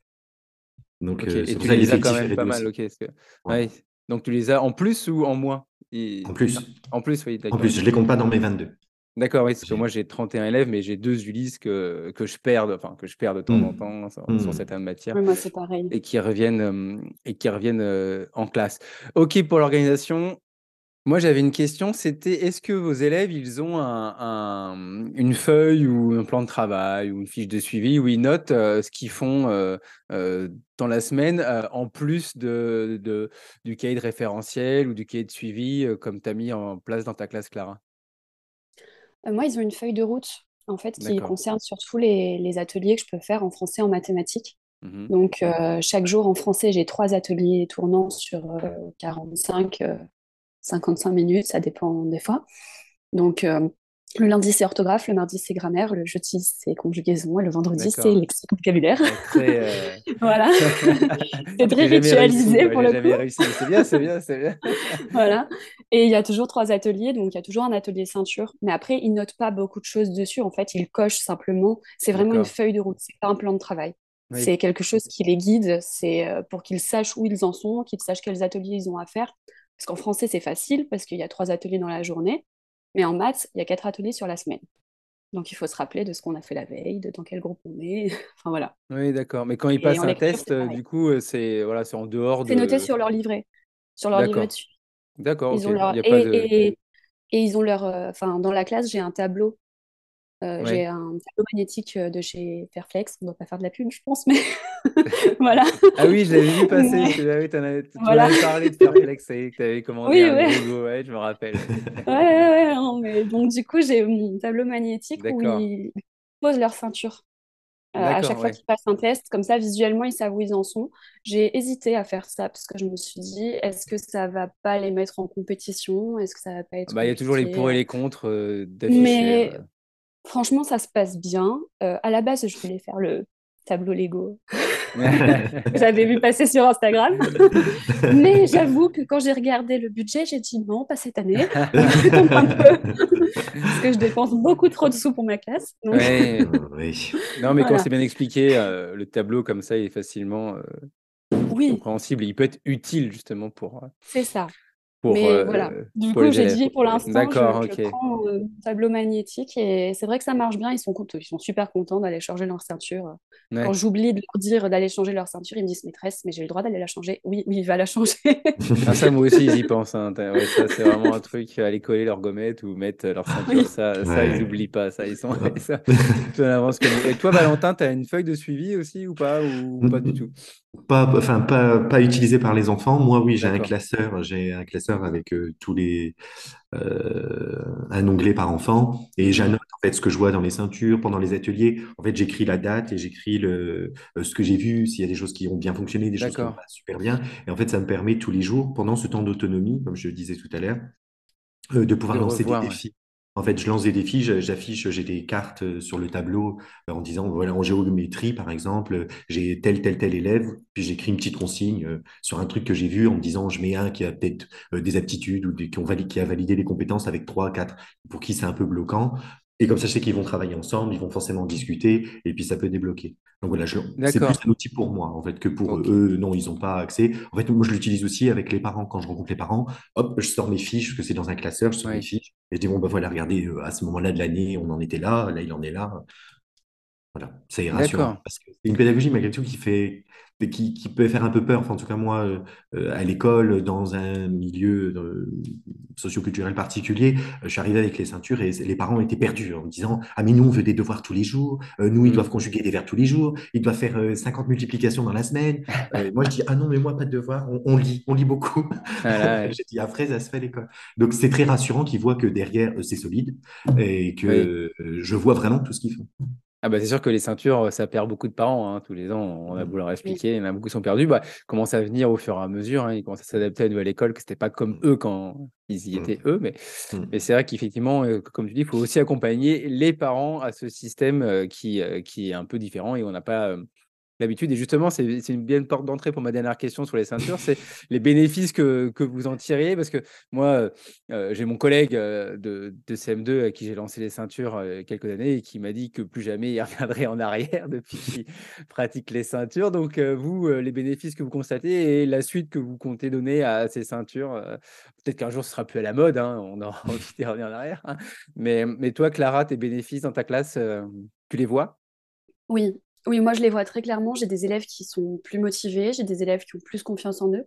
Donc, Ok. euh, Et c'est pour tu ça que les as quand l'effectif est même pas réduit mal. aussi. Ok. Parce que... Ouais. ouais. Donc tu les as en plus ou en moins? En Et- non, plus, en plus, oui, en d'accord. plus, je Ok. ne les compte pas dans mes vingt-deux. D'accord, oui, parce que moi J'ai... j'ai trente et un élèves, mais j'ai deux Ulysse que, que je perds, de- enfin que je perds de temps en Hmm. temps sur, sur Hmm. certaines matières Oui, moi, c'est pareil. et qui reviennent, euh, et qui reviennent euh, en classe. Ok pour l'organisation. Moi, j'avais une question, c'était est-ce que vos élèves, ils ont un, un- une feuille ou un plan de travail ou une fiche de suivi où ils notent euh, ce qu'ils font euh, euh, dans la semaine euh, en plus de, de- du cahier de référentiel ou du cahier de suivi euh, comme tu as mis en place dans ta classe, Clara? Euh, moi, ils ont une feuille de route, en fait, qui D'accord. concerne surtout les, les ateliers que je peux faire en français et en mathématiques. Mhm. Donc, euh, chaque jour en français, j'ai trois ateliers tournants sur euh, quarante-cinq, euh, cinquante-cinq minutes, ça dépend des fois. Donc, euh, le lundi, c'est orthographe, le mardi, c'est grammaire, le jeudi, c'est conjugaison, et le vendredi, c'est D'accord. lexique vocabulaire. Ouais, très. euh, Voilà, c'est très J'ai jamais réussi, ritualisé moi, pour j'ai le coup. jamais réussi, mais c'est bien, c'est bien, c'est bien. Voilà. Et il y a toujours trois ateliers, donc il y a toujours un atelier ceinture. Mais après, ils notent pas beaucoup de choses dessus. En fait, ils cochent simplement. C'est vraiment une D'accord. feuille de route, c'est pas un plan de travail. Oui, C'est quelque chose qui les guide, c'est euh, pour qu'ils sachent où ils en sont, qu'ils sachent quels ateliers ils ont à faire. Parce qu'en français, c'est facile, parce qu'il y a trois ateliers dans la journée. Mais en maths, il y a quatre ateliers sur la semaine. Donc il faut se rappeler de ce qu'on a fait la veille, de dans quel groupe on est. Enfin voilà. oui, d'accord. Mais quand ils Et passent en un lecture, test, c'est euh, pareil. du coup, euh, c'est voilà, c'est en dehors C'est noté de. sur leur livret, sur leur livret D'accord. dessus. D'accord, ok. Ils ont Il leur n'y a pas de. et, et, et ils ont leur euh, enfin dans la classe, j'ai un tableau, euh, j'ai Ouais. un tableau magnétique euh, de chez Fairflex. On ne doit pas faire de la pub, je pense, mais voilà. Ah oui, je l'avais vu passer. Mais Je te- ah oui, t'en avais- tu m'en voilà. avais parlé de Fairflex, ça y est, que tu avais commandé Oui, un ouais. logo, ouais, je me rappelle. Ouais. Ouais, ouais, ouais, non, mais donc du coup, j'ai mon tableau magnétique où D'accord. ils posent leur ceinture. Euh, à D'accord, chaque fois ouais. qu'ils passent un test, comme ça, visuellement, ils savent où ils en sont. J'ai hésité à faire ça parce que je me suis dit, est-ce que ça va pas les mettre en compétition? Est-ce que ça va pas être Bah, il y a toujours les pour compliqué? et les contre euh, d'afficher. Mais euh. franchement, ça se passe bien. Euh, à la base, je voulais faire le tableau Lego que j'avais vu passer sur Instagram. Mais j'avoue que quand j'ai regardé le budget, j'ai dit non, pas cette année. Attendre un peu, parce que je dépense beaucoup trop de sous pour ma classe. Donc Ouais. Oui. Non, mais quand voilà. c'est bien expliqué, euh, le tableau comme ça, il est facilement euh, Oui, compréhensible et il peut être utile justement pour. euh, c'est ça. pour, Mais voilà, euh, du pour coup, les j'ai élèves. dit pour l'instant, je, D'accord, je ok. prends euh, mon tableau magnétique et c'est vrai que ça marche bien. Ils sont contents, ils sont super contents d'aller changer leur ceinture. Quand Ouais. j'oublie de leur dire d'aller changer leur ceinture, ils me disent, maîtresse, mais j'ai le droit d'aller la changer. Oui, oui, il va la changer. Ah, ça, moi aussi, j'y pense, hein. T'as- Ouais, ça, c'est vraiment un truc, aller coller leur gommette ou mettre leur ceinture, Oui. ça, ça, ils Ouais. oublient pas, ça, ils sont ça, tout en avance que nous. Et toi, Valentin, tu as une feuille de suivi aussi ou pas, ou pas du tout? Pas, enfin, pas, pas utilisé par les enfants. Moi, oui, j'ai un D'accord, classeur. J'ai un classeur avec euh, tous les, euh, un onglet par enfant et mhm, j'annote en fait ce que je vois dans les ceintures pendant les ateliers. En fait, j'écris la date et j'écris le, euh, ce que j'ai vu, s'il y a des choses qui ont bien fonctionné, des choses qui n'ont d'accord. pas super bien. Et en fait, ça me permet tous les jours, pendant ce temps d'autonomie, comme je le disais tout à l'heure, euh, de pouvoir De lancer des revoir, ouais. défis. En fait, je lance des défis, je- j'affiche, j'ai des cartes euh, sur le tableau euh, en disant, voilà, en géométrie, par exemple, euh, j'ai tel, tel, tel élève, puis j'écris une petite consigne euh, sur un truc que j'ai vu en me disant, je mets un qui a peut-être euh, des aptitudes ou des- qui, ont validé, qui a validé les compétences avec trois, quatre, pour qui c'est un peu bloquant. Et comme ça, je sais qu'ils vont travailler ensemble, ils vont forcément discuter, et puis ça peut débloquer. Donc voilà, je- c'est plus D'accord, un outil pour moi, en fait, que pour ok. eux. Non, ils n'ont pas accès. En fait, moi, je l'utilise aussi avec les parents. Quand je rencontre les parents, hop, je sors mes fiches, parce que c'est dans un classeur, je sors mes Ouais. fiches. Et je dis, bon, ben voilà, regardez, euh, à ce moment-là de l'année, on en était là, là, il en est là. Voilà, c'est rassurant. D'accord. Parce que c'est une pédagogie, malgré tout, qui fait, qui, qui peut faire un peu peur. Enfin, en tout cas, moi, euh, euh, à l'école, dans un milieu euh, socioculturel particulier, euh, je suis arrivé avec les ceintures et les parents étaient perdus en me disant, ah, mais nous, on veut des devoirs tous les jours. Euh, nous, ils Mm. doivent conjuguer des verbes tous les jours. Ils doivent faire euh, cinquante multiplications dans la semaine. Euh, et moi, je dis, ah non, mais moi, pas de devoirs. On, on lit, on lit beaucoup. Voilà, ouais. J'ai dit, après, ça se fait à l'école. Donc, c'est très rassurant qu'ils voient que derrière, euh, c'est solide et Oui. que euh, je vois vraiment tout ce qu'ils font. Ah bah c'est sûr que les ceintures, ça perd beaucoup de parents, hein. Tous les ans, on a beau leur Oui. expliquer, il y en a beaucoup qui sont perdus. Bah, ils commencent à venir au fur et à mesure, hein. Ils commencent à s'adapter à une nouvelle école, que c'était pas comme eux quand ils y étaient eux. Mais, mais Mm. c'est vrai qu'effectivement, euh, comme tu dis, il faut aussi accompagner les parents à ce système euh, qui, euh, qui est un peu différent et on n'a pas euh, l'habitude. Et justement, c'est c'est une bien porte d'entrée pour ma dernière question sur les ceintures, c'est les bénéfices que, que vous en tirez. Parce que moi, euh, euh, j'ai mon collègue euh, de, de C M deux à qui j'ai lancé les ceintures euh, il y a quelques années et qui m'a dit que plus jamais il reviendrait en arrière depuis qu'il pratique les ceintures. Donc, euh, vous, euh, les bénéfices que vous constatez et la suite que vous comptez donner à ces ceintures, euh, peut-être qu'un jour ce sera plus à la mode, hein, on aura envie de revenir en arrière, hein. Mais, mais toi, Clara, tes bénéfices dans ta classe, euh, tu les vois? Oui. Oui, moi je les vois très clairement. J'ai des élèves qui sont plus motivés, j'ai des élèves qui ont plus confiance en eux,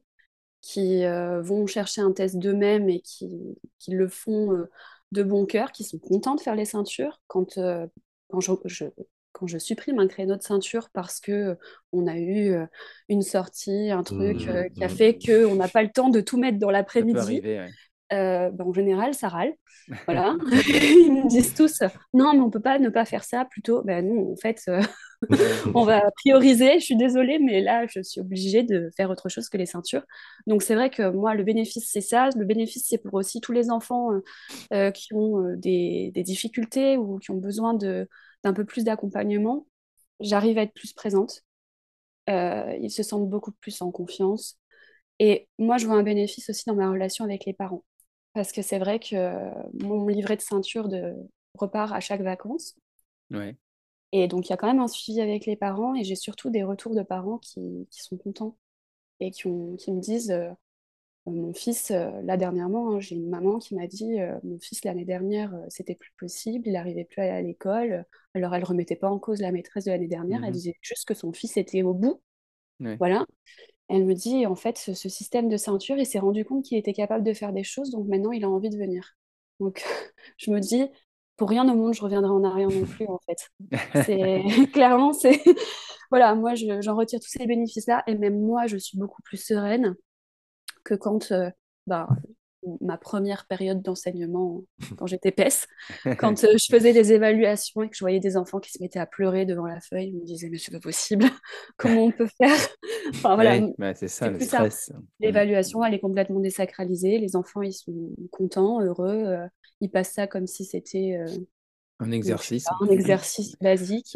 qui euh, vont chercher un test d'eux-mêmes et qui, qui le font euh, de bon cœur, qui sont contents de faire les ceintures. Quand, euh, quand je, je- quand je supprime un créneau de ceinture parce que euh, on a eu euh, une sortie, un truc euh, Mm, qui a fait mm. qu'on n'a pas le temps de tout mettre dans Ça peut l'après-midi, arriver, ouais. euh, ben, en général, ça râle. Voilà. Ils me disent tous, non, mais on peut pas ne pas faire ça plutôt. Ben non, en fait, euh, Ouais. on va prioriser. Je suis désolée, mais là, je suis obligée de faire autre chose que les ceintures. Donc, c'est vrai que moi, le bénéfice, c'est ça. Le bénéfice, c'est pour aussi tous les enfants euh, euh, qui ont euh, des, des difficultés ou qui ont besoin de, d'un peu plus d'accompagnement. J'arrive à être plus présente. Euh, ils se sentent beaucoup plus en confiance. Et moi, je vois un bénéfice aussi dans ma relation avec les parents. Parce que c'est vrai que euh, mon livret de ceinture de repart à chaque vacances. Ouais. Et donc, il y a quand même un suivi avec les parents. Et j'ai surtout des retours de parents qui, qui sont contents et qui, ont, qui me disent, euh, mon fils, euh, là dernièrement, hein, j'ai une maman qui m'a dit, euh, mon fils l'année dernière, euh, c'était plus possible, il n'arrivait plus à aller à l'école. Alors, elle remettait pas en cause la maîtresse de l'année dernière. Elle Mhm. disait juste que son fils était au bout. Ouais. Voilà. Elle me dit, en fait, ce, ce système de ceinture, il s'est rendu compte qu'il était capable de faire des choses, donc maintenant, il a envie de venir. Donc, je me dis, pour rien au monde, je reviendrai en arrière non plus, en fait. C'est clairement, c'est voilà, moi, je- j'en retire tous ces bénéfices-là, et même moi, je suis beaucoup plus sereine que quand euh, bah, ma première période d'enseignement, quand j'étais P E S, quand euh, je faisais des évaluations et que je voyais des enfants qui se mettaient à pleurer devant la feuille, je me disais, mais c'est pas possible, comment on peut faire? Enfin voilà, Ouais, bah, c'est ça c'est le plus ça. stress. Mm. L'évaluation, elle est complètement désacralisée. Les enfants, ils sont contents, heureux. euh, ils passent ça comme si c'était euh, Un je sais pas, exercice. un exercice basique.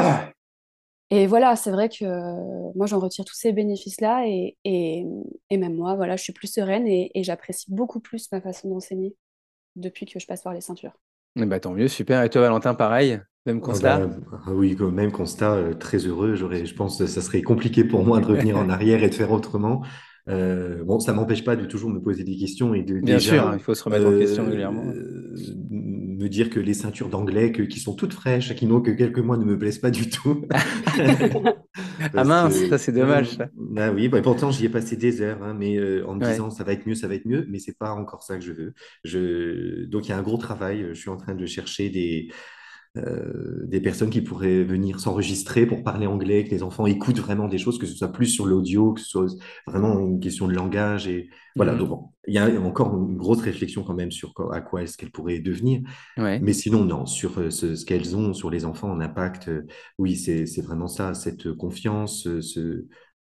Et voilà, c'est vrai que euh, moi, j'en retire tous ces bénéfices-là. Et, et, et même moi, voilà, je suis plus sereine et, et j'apprécie beaucoup plus ma façon d'enseigner depuis que je passe par les ceintures. Eh bah, tant mieux, super. Et toi, Valentin, pareil, même Ah bah, constat? ah oui, quand même constat, euh, très heureux. J'aurais, je pense que ça serait compliqué pour moi de revenir en arrière et de faire autrement. Euh, bon, ça m'empêche pas de toujours me poser des questions et de Bien sûr, déjà hein, il faut se remettre en question régulièrement. euh, me dire que les ceintures d'anglais que- qui sont toutes fraîches, qui n'ont que quelques mois, ne me plaisent pas du tout. Ah Parce mince, que, ça c'est euh, dommage ça. bah oui, bah, pourtant j'y ai passé des heures, hein, mais euh, en me Ouais. disant ça va être mieux, ça va être mieux, mais c'est pas encore ça que je veux. Je... Donc il y a un gros travail. Je suis en train de chercher des, euh, des personnes qui pourraient venir s'enregistrer pour parler anglais, que les enfants écoutent vraiment des choses, que ce soit plus sur l'audio, que ce soit vraiment une question de langage. Et voilà, Mhm. donc bon, il y a encore une grosse réflexion quand même sur quoi- à quoi est-ce qu'elles pourraient devenir. Ouais. Mais sinon, non, sur euh, ce, ce qu'elles ont sur les enfants en impact, euh, oui, c'est, c'est vraiment ça, cette confiance, euh, ce,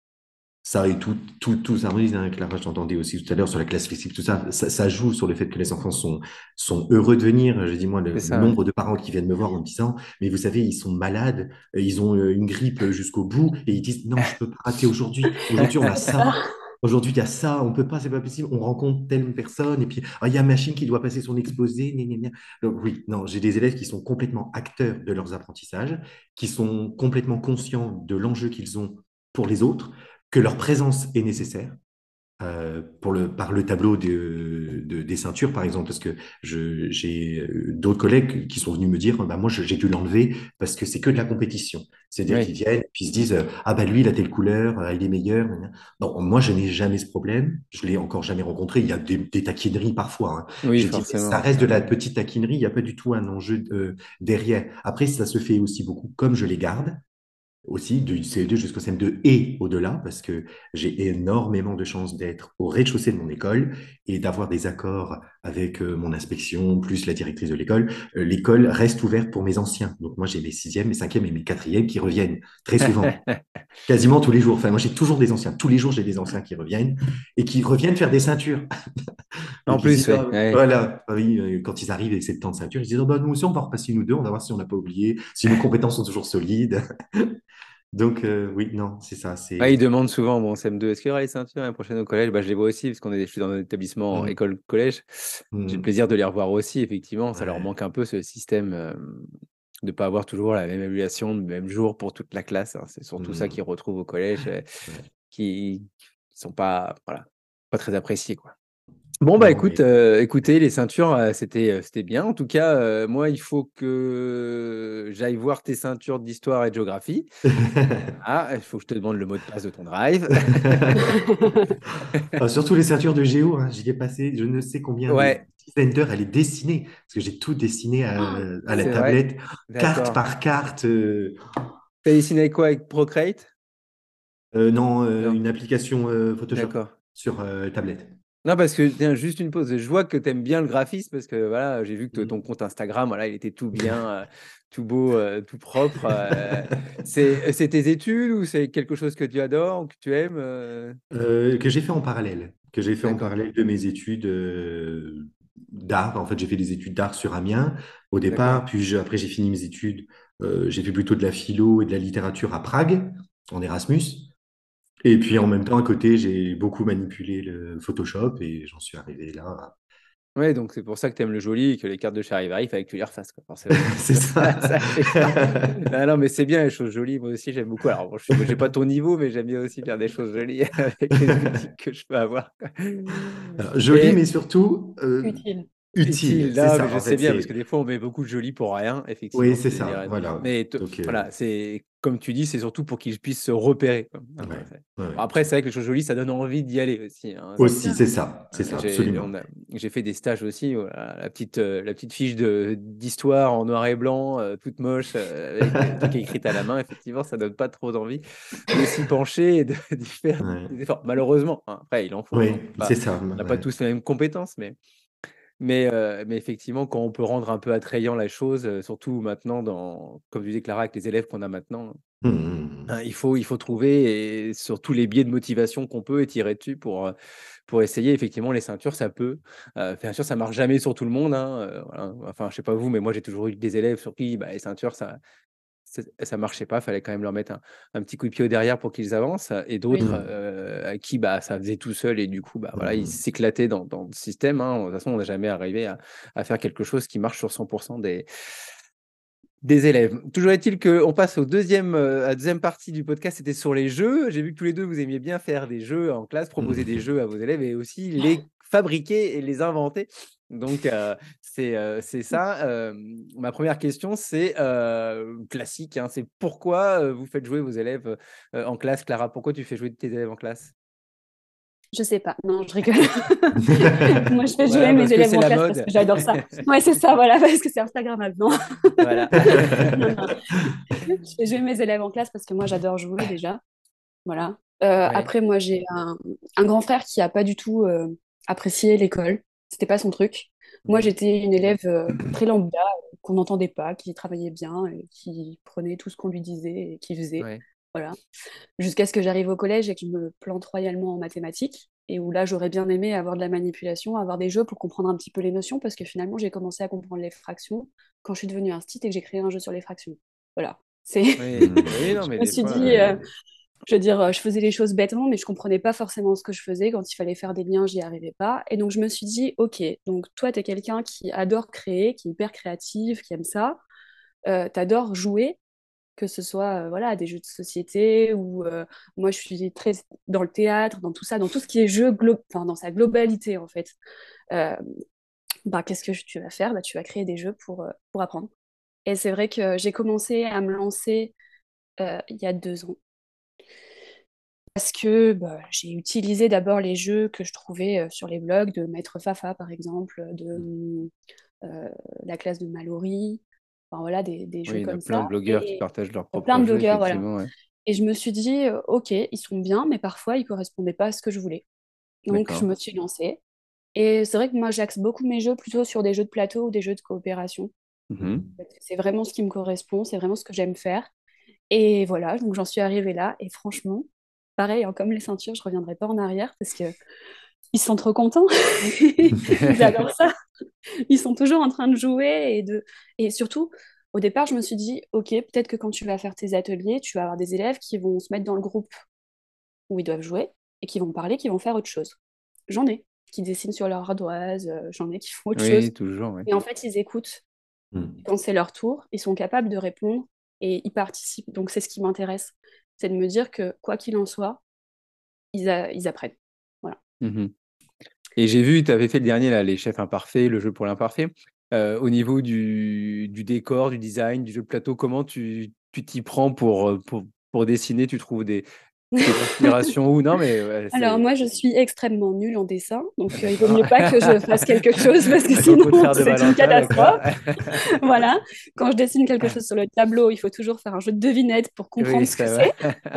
ça et tout, tout, tout s'harmonise, hein, Clara, je t'entendais aussi tout à l'heure sur la classe flexible, tout ça, ça, ça joue sur le fait que les enfants sont, sont heureux de venir. Je dis, moi, le, C'est le ça, ouais. nombre de parents qui viennent me voir en me disant, mais vous savez, ils sont malades, euh, ils ont euh, une grippe jusqu'au bout, et ils disent, non, je peux pas rater aujourd'hui. Aujourd'hui, on a C'est ça. ça. Aujourd'hui, il y a ça, on peut pas, c'est pas possible. On rencontre telle personne, et puis, ah, il y a machine qui doit passer son exposé. Gna, gna, gna. Donc, oui, non, j'ai des élèves qui sont complètement acteurs de leurs apprentissages, qui sont complètement conscients de l'enjeu qu'ils ont pour les autres, que leur présence est nécessaire. Euh, pour le, par le tableau de, de- des ceintures, par exemple, parce que je, j'ai euh, d'autres collègues qui sont venus me dire, bah, moi, je- j'ai dû l'enlever parce que c'est que de la compétition. C'est-à-dire qu'ils Oui. viennent, puis ils se disent, euh, ah bah lui, il a telle couleur, euh, il est meilleur. Gna, gna. Non, moi, je n'ai jamais ce problème. Je l'ai encore jamais rencontré. Il y a des, des taquineries parfois, hein. Oui, J'ai dit, mais ça forcément. reste de Ouais. la petite taquinerie. Il n'y a pas du tout un enjeu euh, derrière. Après, ça se fait aussi beaucoup comme je les garde aussi, du C E deux jusqu'au C M deux et au-delà, parce que j'ai énormément de chance d'être au rez-de-chaussée de mon école et d'avoir des accords avec euh, mon inspection, plus la directrice de l'école. Euh, l'école reste ouverte pour mes anciens. Donc moi, j'ai mes sixièmes, mes cinquièmes et mes quatrièmes qui reviennent très souvent, quasiment tous les jours. Enfin, moi, j'ai toujours des anciens. Tous les jours, j'ai des anciens qui reviennent et qui reviennent faire des ceintures. En Donc ils se plus, disent, oui. ah, Ouais. voilà, ah oui, euh, quand ils arrivent avec cette temps de ceinture, ils se disent, oh, bah, nous aussi, on va repasser nous deux, on va voir si on n'a pas oublié, si nos compétences sont toujours solides. Donc, euh, oui, non, c'est ça. Ouais, ils C'est. demandent souvent, bon, en C M deux, est-ce qu'il y aura les ceintures l'année prochaine au collège? Bah, je les vois aussi, parce qu'on est je suis dans un établissement Mm, école-collège. J'ai le mm, plaisir de les revoir aussi, effectivement. Ça leur ouais, manque un peu ce système euh, de ne pas avoir toujours la même évaluation, le même jour pour toute la classe, hein. C'est surtout ça mm, qu'ils retrouvent au collège, euh, ouais. qui ne sont pas, voilà, pas très appréciés, quoi. Bon, bah Non, écoute, mais. euh, écoutez, les ceintures, euh, c'était, euh, c'était bien. En tout cas, euh, moi, il faut que j'aille voir tes ceintures d'histoire et de géographie. Ah, il faut que je te demande le mot de passe de ton drive. Ah, surtout les ceintures de Géo, hein, j'y ai passé je ne sais combien de Ouais, dizaines d'heures à les dessiner, parce que j'ai tout dessiné à, à la c'est vrai. tablette, carte D'accord. par carte. euh, T'as dessiné avec quoi? Avec Procreate? euh, non, euh, Non, une application euh, Photoshop d'accord. sur euh, tablette. Non, parce que, tiens, juste une pause. Je vois que tu aimes bien le graphisme parce que voilà, j'ai vu que ton Mm. compte Instagram, voilà, il était tout bien, euh, tout beau, euh, tout propre. euh. c'est, c'est tes études ou c'est quelque chose que tu adores ou que tu aimes? euh Euh, que j'ai fait en parallèle, que j'ai fait en D'accord, parallèle de mes études euh, d'art. En fait, j'ai fait des études d'art sur Amiens au d'accord. départ, puis je- après j'ai fini mes études. Euh, j'ai fait plutôt de la philo et de la littérature à Prague, en Erasmus. Et puis en même temps, à côté, j'ai beaucoup manipulé le Photoshop et j'en suis arrivé là. Ouais, donc c'est pour ça que tu aimes le joli et que les cartes de Charivari, il fallait que tu les refasses, quoi, forcément. C'est ça. Ça fait quoi? Ah non, mais c'est bien les choses jolies, moi aussi j'aime beaucoup. Alors, bon, je suis, j'ai pas ton niveau, mais j'aime bien aussi faire des choses jolies avec les outils que je peux avoir, quoi. Alors, joli, Et mais surtout euh, Utile. utile. utile, C'est là, mais ça. je En sais fait, bien, parce que c'est. des fois on met beaucoup de joli pour rien, Oui, effectivement, c'est tu as ça. raison. Voilà. Mais t- Donc, euh, voilà, c'est comme tu dis, c'est surtout pour qu'ils puissent se repérer, quoi, hein, ouais, c'est- ouais, Bon, ouais. après, c'est vrai que les choses jolies, ça donne envie d'y aller aussi, hein, C'est ça, Aussi, ça. c'est ça. C'est euh, ça, J'ai absolument. on a- j'ai fait des stages aussi, voilà, la petite, euh, la petite fiche de, d'histoire en noir et blanc, euh, toute moche, euh, avec euh, le truc écrit à la main. Effectivement, ça donne pas trop envie de s'y pencher et de, d'y faire Ouais. des efforts. Malheureusement, hein. Après, il en faut, hein. On Oui, peut c'est pas, ça. on n'a pas Ouais. tous les mêmes compétences, mais, mais, euh, mais effectivement, quand on peut rendre un peu attrayant la chose, euh, surtout maintenant, dans, comme tu disais, Clara, avec les élèves qu'on a maintenant, Mmh. hein, il faut, il faut trouver et sur tous les biais de motivation qu'on peut et tirer dessus pour, euh, pour essayer. Effectivement, les ceintures, ça peut. Euh, bien sûr, ça marche jamais sur tout le monde, hein, euh, voilà. Enfin, je sais pas vous, mais moi, j'ai toujours eu des élèves sur qui bah, les ceintures, ça, ça, ça marchait pas. Fallait quand même leur mettre un, un petit coup de pied au derrière pour qu'ils avancent. Et d'autres Oui. Mmh. euh, à qui bah, ça faisait tout seul et du coup, bah, voilà, ils Mmh. s'éclataient dans, dans le système, hein. De toute façon, on n'a jamais arrivé à, à faire quelque chose qui marche sur cent pour cent des, des élèves. Toujours est-il qu'on passe au deuxième, euh, à la deuxième partie du podcast, c'était sur les jeux. J'ai vu que tous les deux, vous aimiez bien faire des jeux en classe, proposer des jeux à vos élèves et aussi les fabriquer et les inventer. Donc, euh, c'est euh, c'est ça. Euh, ma première question, c'est euh, classique, hein, c'est pourquoi euh, vous faites jouer vos élèves euh, en classe, Clara? Pourquoi tu fais jouer tes élèves en classe? Je sais pas, non, je rigole. Moi, je fais jouer Voilà, mes parce que élèves c'est en la classe parce mode. que j'adore ça. Ouais, c'est ça, voilà, parce que c'est Instagrammable, non. Voilà. Non, non. Je fais jouer mes élèves en classe parce que moi, j'adore jouer déjà. Voilà. Euh, Ouais. après, moi, j'ai un, un grand frère qui a pas du tout euh, apprécié l'école. C'était pas son truc. Moi, Mhm. j'étais une élève euh, très lambda, euh, qu'on n'entendait pas, qui travaillait bien, et qui prenait tout ce qu'on lui disait et qui faisait. Ouais. Voilà. Jusqu'à ce que j'arrive au collège et que je me plante royalement en mathématiques. Et où là, j'aurais bien aimé avoir de la manipulation, avoir des jeux pour comprendre un petit peu les notions, parce que finalement, j'ai commencé à comprendre les fractions quand je suis devenue instite et que j'ai créé un jeu sur les fractions. Voilà. C'est... Oui. Oui, non, je mais me des suis fois. dit, euh, euh, je veux dire, euh, je faisais les choses bêtement, mais je comprenais pas forcément ce que je faisais. Quand il fallait faire des liens, j'y arrivais pas. Et donc, je me suis dit, OK, donc toi, tu es quelqu'un qui adore créer, qui est hyper créatif, qui aime ça. Euh, tu adores jouer, que ce soit euh, voilà, des jeux de société ou euh, moi, je suis très dans le théâtre, dans tout ça, dans tout ce qui est jeu, glo- enfin, dans sa globalité, en fait. Euh, bah, qu'est-ce que tu vas faire? Bah, tu vas créer des jeux pour, euh, pour apprendre. Et c'est vrai que j'ai commencé à me lancer euh, il y a deux ans. Parce que bah, j'ai utilisé d'abord les jeux que je trouvais euh, sur les blogs de Maître Fafa, par exemple, de euh, la classe de Mallory, enfin voilà, des, des jeux Oui, il y en a comme plein de ça. blogueurs qui Et partagent leurs il y a plein propres de jeux, blogueurs, voilà. effectivement. Ouais. Et je me suis dit, euh, ok, ils sont bien, mais parfois ils correspondaient pas à ce que je voulais. Donc je D'accord. me suis lancée. Et c'est vrai que moi, j'axe beaucoup mes jeux plutôt sur des jeux de plateau ou des jeux de coopération. Mhm. C'est vraiment ce qui me correspond, c'est vraiment ce que j'aime faire. Et voilà, donc j'en suis arrivée là. Et franchement, pareil, hein, comme les ceintures, je ne reviendrai pas en arrière parce que ils sont trop contents. Ils adorent ça. Ils sont toujours en train de jouer. Et, de... et surtout, au départ, je me suis dit, OK, peut-être que quand tu vas faire tes ateliers, tu vas avoir des élèves qui vont se mettre dans le groupe où ils doivent jouer et qui vont parler, qui vont faire autre chose. J'en ai qui dessinent sur leur ardoise, euh, j'en ai qui font autre chose. Oui, toujours. Oui. Et en fait, ils écoutent. Quand c'est leur tour, ils sont capables de répondre et ils participent. Donc c'est ce qui m'intéresse, c'est de me dire que quoi qu'il en soit, ils, a- ils apprennent. Voilà. Mhm. Et j'ai vu, tu avais fait le dernier, là, les chefs imparfaits, le jeu pour l'imparfait. Euh, au niveau du, du décor, du design, du jeu de plateau, comment tu tu t'y prends pour, euh, pour, pour dessiner? Tu trouves des, des inspirations ou non? Mais ouais, Alors c'est moi, je suis extrêmement nulle en dessin, donc euh, il vaut d'accord. mieux pas que je fasse quelque chose parce que Un grand sinon coup de fer de c'est une Valentin, d'accord. catastrophe. Voilà. Quand je dessine quelque chose sur le tableau, il faut toujours faire un jeu de devinettes pour Oui, comprendre ce que ça va. c'est.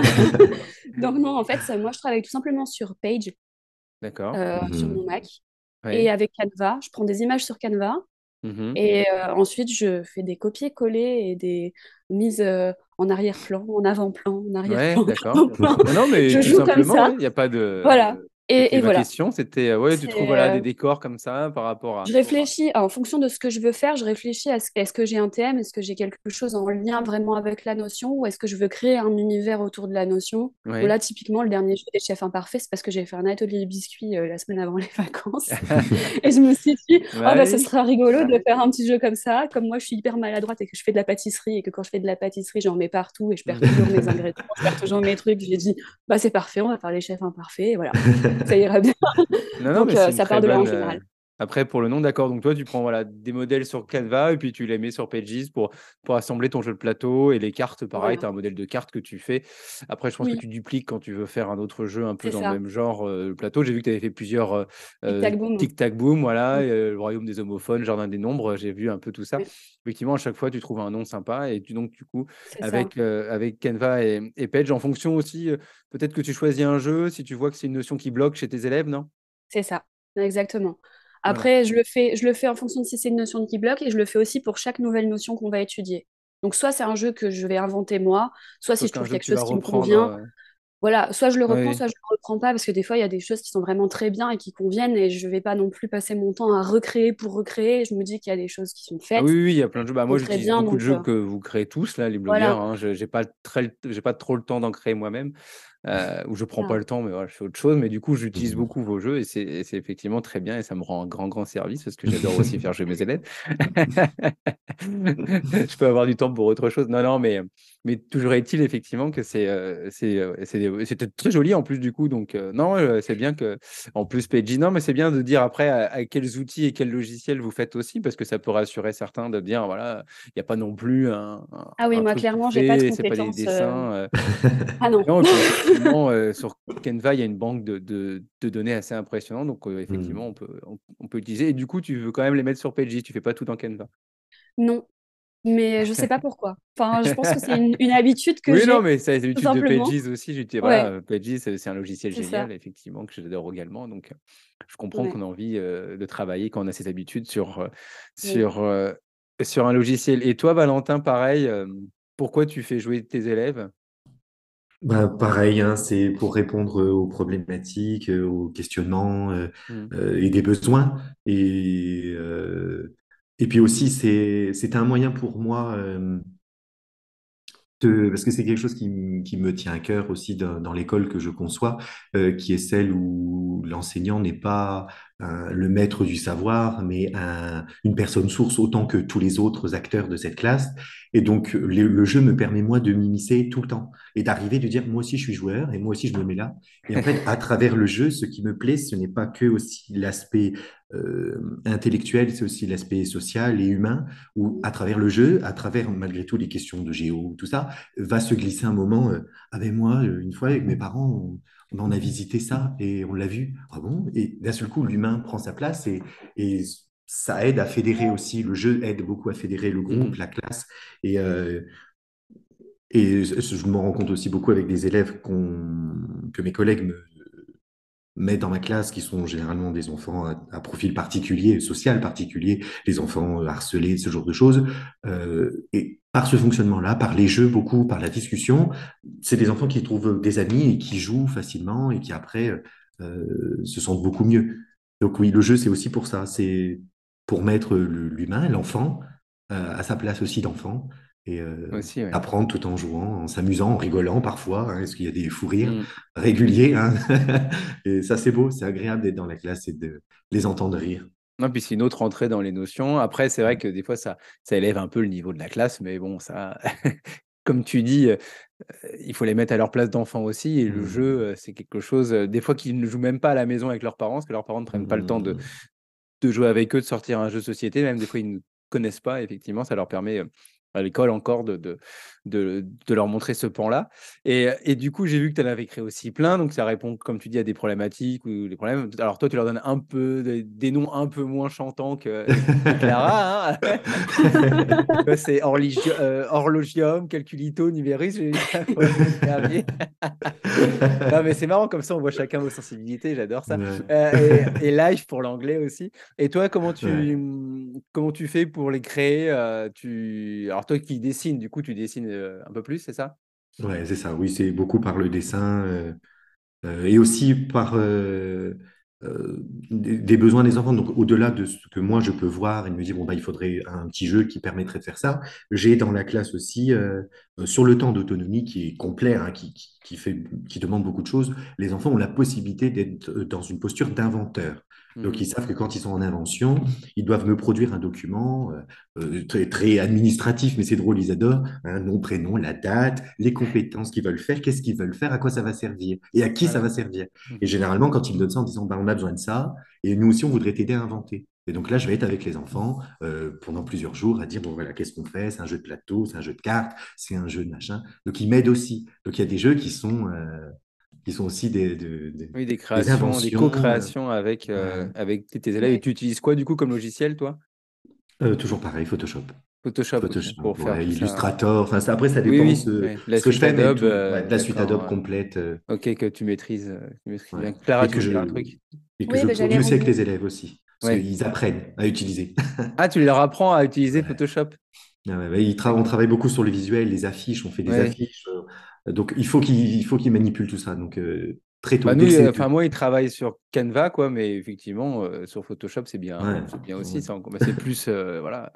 Donc non, en fait, ça- moi je travaille tout simplement sur Page, D'accord. euh, sur mon Mhm. Mac, et Oui. avec Canva. Je prends des images sur Canva. Mhm. Et euh, ensuite, je fais des copier-coller et des mises euh, en arrière-plan, en avant-plan, en Ouais, arrière-plan, en d'accord. avant-plan. Non, non, mais Je tout joue comme simplement, ça. il n'y a pas de. Voilà. Et, C'était et ma voilà. question, c'était, euh, ouais, tu trouves C'est, voilà, des euh, décors comme ça par rapport à. je réfléchis, en fonction de ce que je veux faire, je réfléchis à ce, est-ce que j'ai un thème, est-ce que j'ai quelque chose en lien vraiment avec la notion, ou est-ce que je veux créer un univers autour de la notion. Bon, Oui. là, typiquement, le dernier jeu des chefs imparfaits, c'est parce que j'ai fait un atelier biscuits euh, la semaine avant les vacances. Et je me suis dit, oh bah ce Ouais. sera rigolo de faire un petit jeu comme ça. Comme moi, je suis hyper maladroite et que je fais de la pâtisserie et que quand je fais de la pâtisserie, j'en mets partout et je perds toujours mes ingrédients, je perds toujours mes trucs. J'ai dit, bah c'est parfait, on va faire les chefs imparfaits. Et voilà, ça ira bien. Non, non, Donc mais c'est euh, une ça très part de là en bonne. euh, général. Après, pour le nom, d'accord. Donc, toi, tu prends voilà, des modèles sur Canva et puis tu les mets sur Pages pour, pour assembler ton jeu de plateau. Et les cartes, pareil, tu Voilà. as un modèle de carte que tu fais. Après, je pense que Oui, tu dupliques quand tu veux faire un autre jeu un peu c'est dans le ça. même genre euh, le plateau. J'ai vu que tu avais fait plusieurs euh, euh, Tic-tac boom. Tic-Tac-Boom, voilà, Mm. euh, le Royaume des homophones, Jardin des nombres. J'ai vu un peu tout ça. Ouais, Effectivement, à chaque fois, tu trouves un nom sympa. Et tu, donc, du coup, c'est ça. avec, euh, avec Canva et, et Page, en fonction aussi, euh, peut-être que tu choisis un jeu si tu vois que c'est une notion qui bloque chez tes élèves, non? C'est ça. Exactement. Voilà. Après, je le fais, je le fais en fonction de si c'est une notion qui bloque et je le fais aussi pour chaque nouvelle notion qu'on va étudier. Donc, soit c'est un jeu que je vais inventer moi, soit si Soit je c'est un trouve jeu que quelque tu vas chose qui me reprendre. convient. euh, Voilà, soit je le reprends, Oui. soit je le reprends pas, parce que des fois, il y a des choses qui sont vraiment très bien et qui conviennent, et je vais pas non plus passer mon temps à recréer pour recréer. Je me dis qu'il y a des choses qui sont Ah faites, oui, oui, oui, il y a plein de jeux. Bah, qui sont moi, très j'utilise bien, beaucoup de donc jeux euh, que vous créez tous, là, les blogueurs. voilà, Hein. Je n'ai pas, très, j'ai pas trop le temps d'en créer moi-même. euh, où je prends pas Ah. le temps, mais voilà, je fais autre chose. Mais du coup, j'utilise Mhm. beaucoup vos jeux et c'est et c'est effectivement très bien et ça me rend un grand, grand service parce que j'adore aussi faire jouer mes élèves. Je peux avoir du temps pour autre chose. Non, non, mais, mais toujours est-il effectivement que c'est euh, c'est euh, c'est des- c'était très joli en plus du coup. Donc, euh, non, euh, c'est bien que, en plus, Peggy, non, mais c'est bien de dire après à, à quels outils et quels logiciels vous faites aussi parce que ça peut rassurer certains de dire, voilà, il n'y a pas non plus un, un- Ah oui, un moi, truc tout clairement, j'ai pas de fait, c'est pas des compétences. euh, dessins. euh. Ah non. Non, et puis effectivement, euh, sur Canva, il y a une banque de, de, de données assez impressionnante. Donc, euh, effectivement, Mhm. on peut, on, on peut utiliser. Et du coup, tu veux quand même les mettre sur Peggy, tu fais pas tout dans Canva. Non, mais je sais pas pourquoi. Enfin, je pense que c'est une, une habitude que Oui, non, j'ai, mais ça, c'est tout l'habitude de simplement. Pages aussi. Je dis, voilà, Ouais, euh, Pages, c'est c'est un logiciel c'est ça. génial, effectivement, que j'adore également. Donc, euh, je comprends Ouais, qu'on a envie euh, de travailler quand on a ses habitudes sur, euh, oui. sur, euh, sur un logiciel. Et toi, Valentin, pareil, euh, pourquoi tu fais jouer tes élèves? Bah, pareil, hein, c'est pour répondre aux problématiques, euh, aux questionnements euh, Hmm. euh, et des besoins. Et, euh, et puis aussi, c'est, c'est un moyen pour moi. euh, de- parce que c'est quelque chose qui, m- qui me tient à cœur aussi dans, dans l'école que je conçois, euh, qui est celle où l'enseignant n'est pas euh, le maître du savoir, mais un- une personne source autant que tous les autres acteurs de cette classe. Et donc, le, le jeu me permet, moi, de m'immiscer tout le temps et d'arriver, de dire, moi aussi, je suis joueur et moi aussi, je me mets là. Et en fait, à travers le jeu, ce qui me plaît, ce n'est pas que aussi l'aspect euh, intellectuel, c'est aussi l'aspect social et humain, où à travers le jeu, à travers malgré tout les questions de géo, tout ça, va se glisser un moment. Euh, ah ben moi, euh, une fois avec mes parents, on, on en a visité ça et on l'a vu. Ah bon? Et d'un seul coup, l'humain prend sa place et, et ça aide à fédérer aussi. Le jeu aide beaucoup à fédérer le groupe, Mhm. la classe. Et, euh, et je me rends compte aussi beaucoup avec des élèves qu'on- que mes collègues me, mais dans ma classe, qui sont généralement des enfants à, à profil particulier, social particulier, les enfants euh, harcelés, ce genre de choses. Euh, et par ce fonctionnement-là, par les jeux beaucoup, par la discussion, c'est des enfants qui trouvent des amis et qui jouent facilement et qui après euh, se sentent beaucoup mieux. Donc oui, le jeu, c'est aussi pour ça, c'est pour mettre le- l'humain, l'enfant, euh, à sa place aussi d'enfant et euh, Aussi, oui. apprendre tout en jouant, en s'amusant, en rigolant parfois, hein, parce qu'il y a des fous rires réguliers, hein. Et ça, c'est beau, c'est agréable d'être dans la classe et de les entendre rire. Non, puis c'est une autre entrée dans les notions. Après, c'est vrai que des fois, ça, ça élève un peu le niveau de la classe, mais bon, ça, comme tu dis, euh, il faut les mettre à leur place d'enfant aussi. Et le jeu, Mmh. euh, c'est quelque chose, euh, des fois, qu'ils ne jouent même pas à la maison avec leurs parents, parce que leurs parents ne prennent pas le temps de, Mmh. de jouer avec eux, de sortir un jeu de société. Même des fois, ils ne connaissent pas. Effectivement, ça leur permet euh, à l'école encore de, de, de, de leur montrer ce pan-là. Et, et du coup, j'ai vu que tu en avais créé aussi plein. Donc, ça répond, comme tu dis, à des problématiques ou des problèmes. Alors, toi, tu leur donnes un peu des, des noms un peu moins chantants que, que Clara. Hein. Toi, c'est horlogio- euh, horlogium, calculito, numéris. J'ai Hervier. Non, mais c'est marrant, comme ça, on voit chacun vos sensibilités, j'adore ça. Ouais. Euh, et, et live pour l'anglais aussi. Et toi, comment Ouais. tu, comment tu fais pour les créer euh, tu... Alors, toi qui dessines, du coup, tu dessines euh, un peu plus, c'est ça? Ouais, c'est ça. Oui, c'est beaucoup par le dessin. euh, Euh, et aussi par euh, euh, des, des besoins des enfants. Donc, au-delà de ce que moi je peux voir et me dire, bon, bah, il faudrait un petit jeu qui permettrait de faire ça, j'ai dans la classe aussi, euh, euh, sur le temps d'autonomie qui est complet, hein, qui, qui, qui fait, qui demande beaucoup de choses, les enfants ont la possibilité d'être euh, dans une posture d'inventeur. Donc, ils Mhm. savent que quand ils sont en invention, ils doivent me produire un document euh, euh, très, très administratif, mais c'est drôle, ils adorent, un nom, prénom, la date, les compétences qu'ils veulent faire, qu'est-ce qu'ils veulent faire, à quoi ça va servir et à qui ça Voilà. va servir. Et Mhm. généralement, quand ils me donnent ça en disant, bah, on a besoin de ça, et nous aussi, on voudrait t'aider à inventer. Et donc là, je vais être avec les enfants euh, pendant plusieurs jours à dire, bon voilà, qu'est-ce qu'on fait? C'est un jeu de plateau, c'est un jeu de cartes, c'est un jeu de machin. Donc ils m'aident aussi. Donc il y a des jeux qui sont, euh, qui sont aussi des, des, des- Oui, des des créations, des inventions. euh, co-créations avec, euh, euh, avec tes tes élèves. Et Ouais. tu utilises quoi, du coup, comme logiciel, toi? euh, toujours pareil, Photoshop. Photoshop, ok, Photoshop, pour faire ouais, tout ça. Illustrator, enfin ça, après ça Oui, dépend oui, ce, oui. La ce que je suite fais, mais Adobe, tout, ouais, de euh, la suite Adobe d'accord. euh, complète, euh, Ok, que tu maîtrises, euh, tu maîtrises ouais. bien. Clara, Et tu que veux je, dire un truc? et que Oui, je bah, j'allais produis aussi avec rebondir. les élèves aussi, parce Ouais. qu'ils apprennent à utiliser. Ah, tu leur apprends à utiliser Ouais. Photoshop? Ah ouais, ouais, il tra- on D'accord. travaille beaucoup sur le visuel, les affiches, on fait des Ouais. affiches. euh, donc, il faut qu'ils il faut qu'ils manipulent tout ça. Donc, euh, très tôt. Bah Dès nous, que euh, c'est... enfin moi, il travaille sur Canva, quoi, mais effectivement, euh, sur Photoshop, c'est bien, Ouais. c'est bien aussi. Ouais. Ça, encore- bah, c'est plus, euh, voilà,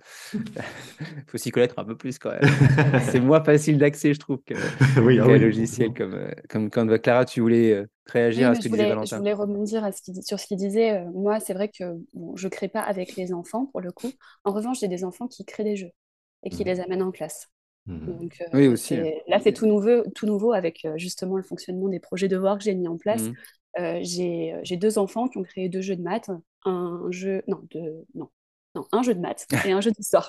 faut s'y connaître un peu plus quand même. C'est moins facile d'accès, je trouve, que- Oui, ah qu'un oui, logiciel complètement. comme, euh, comme Canva. Clara, tu voulais euh, réagir Oui, à mais ce que je disait voulais, je Valentin. voulais rebondir à ce qu'il dit- sur ce qu'il disait. Euh, moi, c'est vrai que bon, je ne crée pas avec les enfants, pour le coup. En revanche, j'ai des enfants qui créent des jeux et qui les Mhm. amènent en classe. Mhm. Donc, Oui, euh, aussi. c'est, là, c'est tout nouveau, tout nouveau avec euh, justement le fonctionnement des projets devoirs que j'ai mis en place. Mhm. Euh, j'ai, j'ai deux enfants qui ont créé deux jeux de maths, un jeu, non, deux, non, non, un jeu de maths et un jeu d'histoire.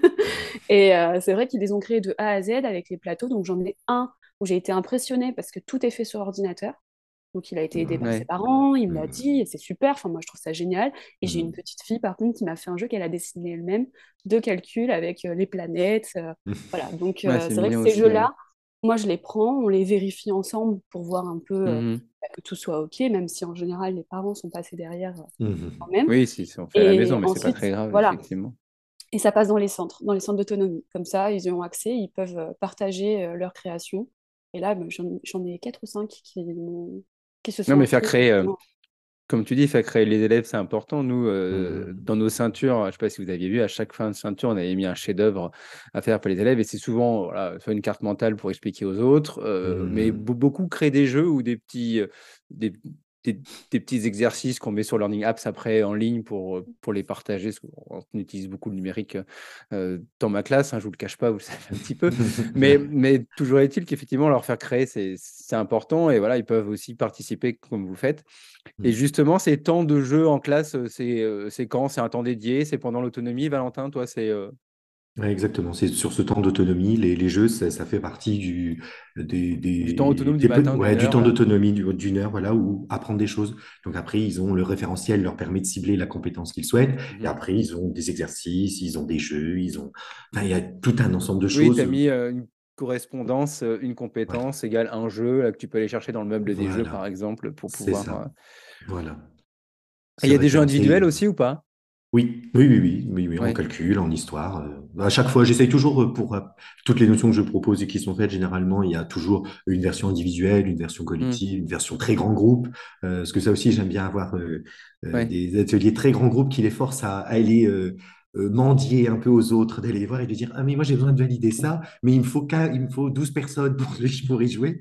Et euh, c'est vrai qu'ils les ont créés de A à Z avec les plateaux. Donc, j'en ai un où j'ai été impressionnée parce que tout est fait sur ordinateur. Donc, il a été aidé par ses Ouais. parents, il me l'a Mhm. dit, et c'est super. Enfin, moi, je trouve ça génial. Et j'ai une Mhm. petite fille, par contre, qui m'a fait un jeu qu'elle a dessiné elle-même de calcul avec euh, les planètes. euh, voilà. Donc, Ouais, euh, c'est c'est vrai que mignon ces aussi. Ouais. jeux-là, moi, je les prends, on les vérifie ensemble pour voir un peu euh, Mhm. bah, que tout soit OK, même si en général, les parents sont passés derrière euh, quand Mhm. même. Oui, si, si on fait à la Et maison, mais c'est pas ensuite, très grave, voilà. effectivement. Et ça passe dans les centres, dans les centres d'autonomie. Comme ça, ils y ont accès, ils peuvent euh, partager euh, leur création. Et là, ben, j'en j'en ai quatre ou cinq qui, m'ont- qui se Non, sont mais faire inscrits créer, euh, directement. comme tu dis, faire créer les élèves, c'est important. Nous, euh, Mhm. dans nos ceintures, je ne sais pas si vous aviez vu, à chaque fin de ceinture, on avait mis un chef-d'œuvre à faire pour les élèves. Et c'est souvent voilà, soit une carte mentale pour expliquer aux autres, euh, mais Mhm. be- beaucoup créent des jeux ou des petits, euh, des, des- des petits exercices qu'on met sur Learning Apps après en ligne pour, euh, pour les partager. Parce qu'on on utilise beaucoup le numérique euh, dans ma classe, hein, je ne vous le cache pas, vous le savez un petit peu. Mais, mais toujours est-il qu'effectivement, leur faire créer, c'est c'est important. Et voilà, ils peuvent aussi participer comme vous le faites. Et justement, ces temps de jeu en classe, euh, c'est euh, c'est quand? C'est un temps dédié? C'est pendant l'autonomie, Valentin? Toi, c'est euh, Ouais, exactement, c'est sur ce temps d'autonomie, les, les jeux, ça, ça fait partie du, des, du temps des, autonome du des pe- matin ouais, d'une du heure, temps là? d'autonomie du- d'une heure, voilà, où apprendre des choses. Donc après, ils ont le référentiel, leur permet de cibler la compétence qu'ils souhaitent. Et Mhm. après, ils ont des exercices, ils ont des jeux, ils ont, enfin, il y a tout un ensemble de Oui, tu as choses. mis euh, une correspondance, euh, une Voilà, compétence égale un jeu là, que tu peux aller chercher dans le meuble des jeux, voilà, par exemple, pour c'est pouvoir. ça. euh, Voilà, Et il c'est y a des jeux individuels référentiel. aussi ou pas? Oui, oui, oui, oui, oui, oui, en Oui. calcul, en histoire. euh, à chaque fois, j'essaye toujours euh, pour euh, toutes les notions que je propose et qui sont faites, généralement, il y a toujours une version individuelle, une version Hmm. collective, une version très grand groupe. Euh, parce que ça aussi, j'aime bien avoir euh, euh, Ouais. des ateliers très grands groupes qui les forcent à, à aller euh, euh, mendier un peu aux autres, d'aller les voir et de dire, ah, mais moi, j'ai besoin de valider ça, mais il me faut qu'un- il me faut douze personnes pour, pour y jouer.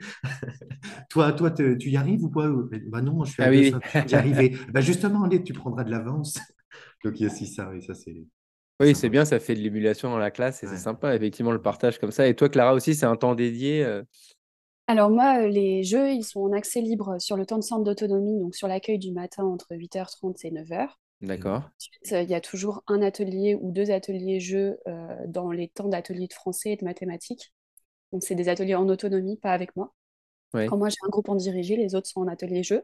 Toi, toi, te- tu y arrives ou pas? Bah non, moi, je suis à Ah deux, oui, ça, je oui. viens d'y arriver. Bah justement, allez, tu prendras de l'avance. Donc, il y a aussi ça, et ça, c'est c'est Oui, c'est sympa bien, aussi. ça fait de l'émulation dans la classe et c'est Ouais. sympa, effectivement, le partage comme ça. Et toi, Clara, aussi, c'est un temps dédié? euh, Alors moi, euh, les jeux, ils sont en accès libre sur le temps de centre d'autonomie, donc sur l'accueil du matin entre huit heures trente et neuf heures. Mhm. D'accord. Ensuite, euh, il y a toujours un atelier ou deux ateliers jeux euh, dans les temps d'ateliers de français et de mathématiques. Donc c'est des ateliers en autonomie, pas avec moi. Oui. Quand moi j'ai un groupe en dirigé, les autres sont en atelier jeu.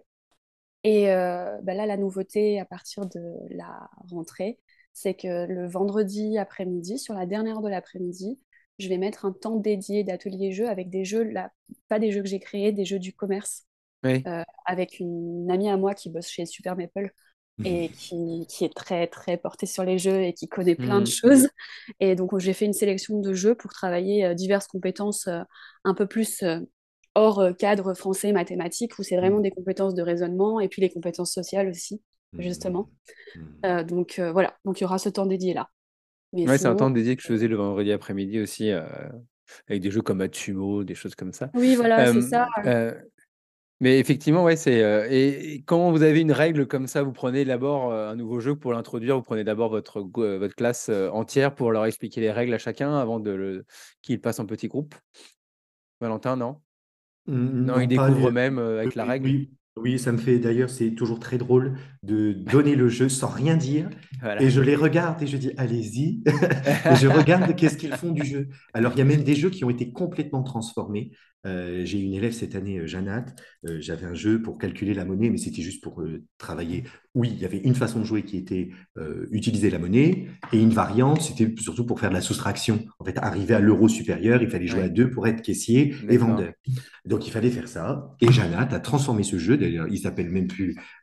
Et euh, bah là, la nouveauté à partir de la rentrée, c'est que le vendredi après-midi, sur la dernière de l'après-midi, je vais mettre un temps dédié d'atelier jeu avec des jeux, là, pas des jeux que j'ai créés, des jeux du commerce, Oui. euh, avec une amie à moi qui bosse chez Super Maple et qui, qui est très, très portée sur les jeux et qui connaît plein de Hmm. choses. Et donc, j'ai fait une sélection de jeux pour travailler euh, diverses compétences euh, un peu plus euh, hors euh, cadre français, mathématiques, où c'est vraiment des compétences de raisonnement et puis les compétences sociales aussi, justement. Euh, donc, euh, voilà, donc il y aura ce temps dédié là. Mais Ouais, c'est un sinon, temps dédié que je faisais le vendredi après-midi aussi, euh, avec des jeux comme Matsumo, des choses comme ça. oui, voilà, c'est Euh, ça. euh, mais effectivement, ouais, c'est. euh, et, et quand vous avez une règle comme ça, vous prenez d'abord euh, un nouveau jeu pour l'introduire, vous prenez d'abord votre, go- euh, votre classe euh, entière pour leur expliquer les règles à chacun avant de le, qu'ils passent en petits groupes. Valentin, non? Non, ils Non, pas. découvrent euh, eux-mêmes euh, avec la Oui, règle. oui, oui, ça me fait d'ailleurs, c'est toujours très drôle de donner le jeu sans rien dire. Et Voilà. je les regarde et je dis, allez-y. Et je regarde qu'est-ce qu'ils font du jeu. Alors, il y a même des jeux qui ont été complètement transformés. Euh, j'ai une élève cette année, euh, Jeannette. Euh, j'avais un jeu pour calculer la monnaie, mais c'était juste pour euh, travailler. Oui, il y avait une façon de jouer qui était euh, utiliser la monnaie et une variante, c'était surtout pour faire de la soustraction. En fait, arriver à l'euro supérieur, il fallait jouer à Oui, deux pour être caissier et d'accord. vendeur. Donc, il fallait faire ça. Et Jeannette a transformé ce jeu. D'ailleurs, il s'appelle même plus.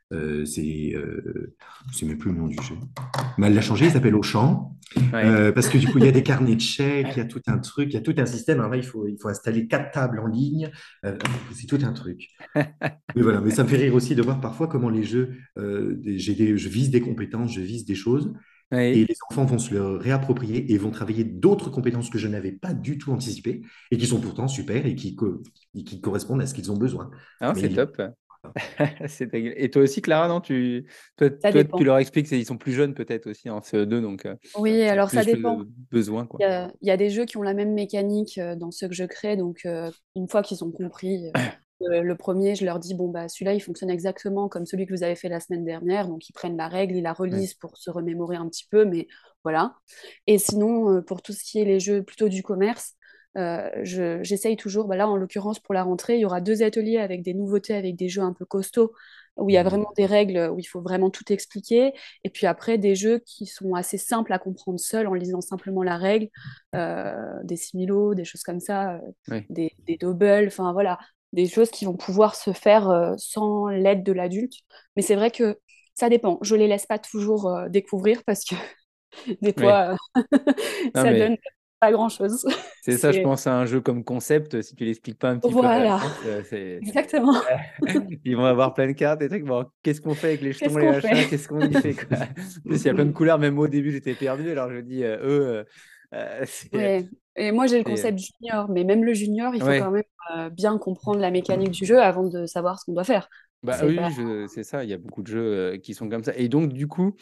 Euh, c'est, euh, je sais même plus le nom du jeu. Mais elle l'a changé, il s'appelle Auchan. Ouais. Euh, parce que du coup, il y a des carnets de chèques, il y a tout un truc, il y a tout un système. Alors là, il faut, il faut installer quatre tables en ligne. Euh, c'est tout un truc. Mais voilà, mais ça me fait rire aussi de voir parfois comment les jeux, euh, des- j'ai des- je vise des compétences, je vise des choses, et Oui. les enfants vont se le réapproprier et vont travailler d'autres compétences que je n'avais pas du tout anticipées et qui sont pourtant super et qui, co- et qui correspondent à ce qu'ils ont besoin. Ah, Mais c'est il- top. C'est dingue. Et toi aussi, Clara, non, tu, toi, Ça toi, tu dépend. leur expliques, c'est- ils sont plus jeunes peut-être aussi en C E deux, donc euh, Oui, ils ont alors ça plus dépend. le besoin, Il quoi. y a, il y a des jeux qui ont la même mécanique euh, dans ceux que je crée. Donc, euh, une fois qu'ils ont compris euh, le premier, je leur dis, bon, bah, celui-là, il fonctionne exactement comme celui que vous avez fait la semaine dernière. Donc, ils prennent la règle, ils la Ouais. relisent pour se remémorer un petit peu, mais voilà. Et sinon, euh, pour tout ce qui est les jeux plutôt du commerce, euh, je- j'essaye toujours, bah là, en l'occurrence, pour la rentrée, il y aura deux ateliers avec des nouveautés, avec des jeux un peu costauds, où il y a vraiment des règles, où il faut vraiment tout expliquer. Et puis après, des jeux qui sont assez simples à comprendre seuls en lisant simplement la règle, euh, des similos, des choses comme ça, euh, Ouais. des, des doubles, enfin voilà, des choses qui vont pouvoir se faire euh, sans l'aide de l'adulte. Mais c'est vrai que ça dépend. Je les laisse pas toujours euh, découvrir parce que des Ouais. fois, euh, Non, ça mais donne pas grand-chose. c'est ça, je C'est pense, à un jeu comme concept. Si tu l'expliques pas un petit peu à voilà, l'avance, euh, c'est exactement. ils vont avoir plein de cartes et trucs. Bon, qu'est-ce qu'on fait avec les jetons, Qu'est-ce les qu'on fait? machins? Qu'est-ce qu'on y fait, quoi? En plus, il y a plein de couleurs. Même moi, au début, j'étais perdu. Alors, je dis, euh, eux, euh, euh, c'est. Ouais. Et moi, j'ai le c'est- concept junior, mais même le junior, il faut quand Ouais. même euh, bien comprendre la mécanique du jeu avant de savoir ce qu'on doit faire. Bah C'est pas oui, je- c'est ça. Il y a beaucoup de jeux euh, qui sont comme ça. Et donc, du coup,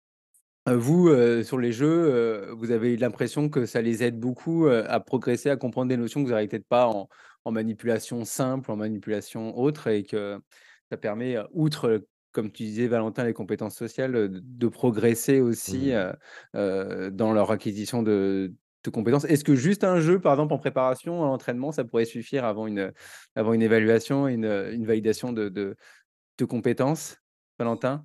euh, vous, euh, sur les jeux, euh, vous avez eu l'impression que ça les aide beaucoup euh, à progresser, à comprendre des notions que vous n'arrivez peut-être pas en, en manipulation simple, en manipulation autre, et que ça permet, euh, outre, euh, comme tu disais, Valentin, les compétences sociales, euh, de, de progresser aussi Mm. euh, euh, dans leur acquisition de, de compétences. Est-ce que juste un jeu, par exemple, en préparation, à l'entraînement, ça pourrait suffire avant une, avant une évaluation, une, une validation de, de, de compétences, Valentin?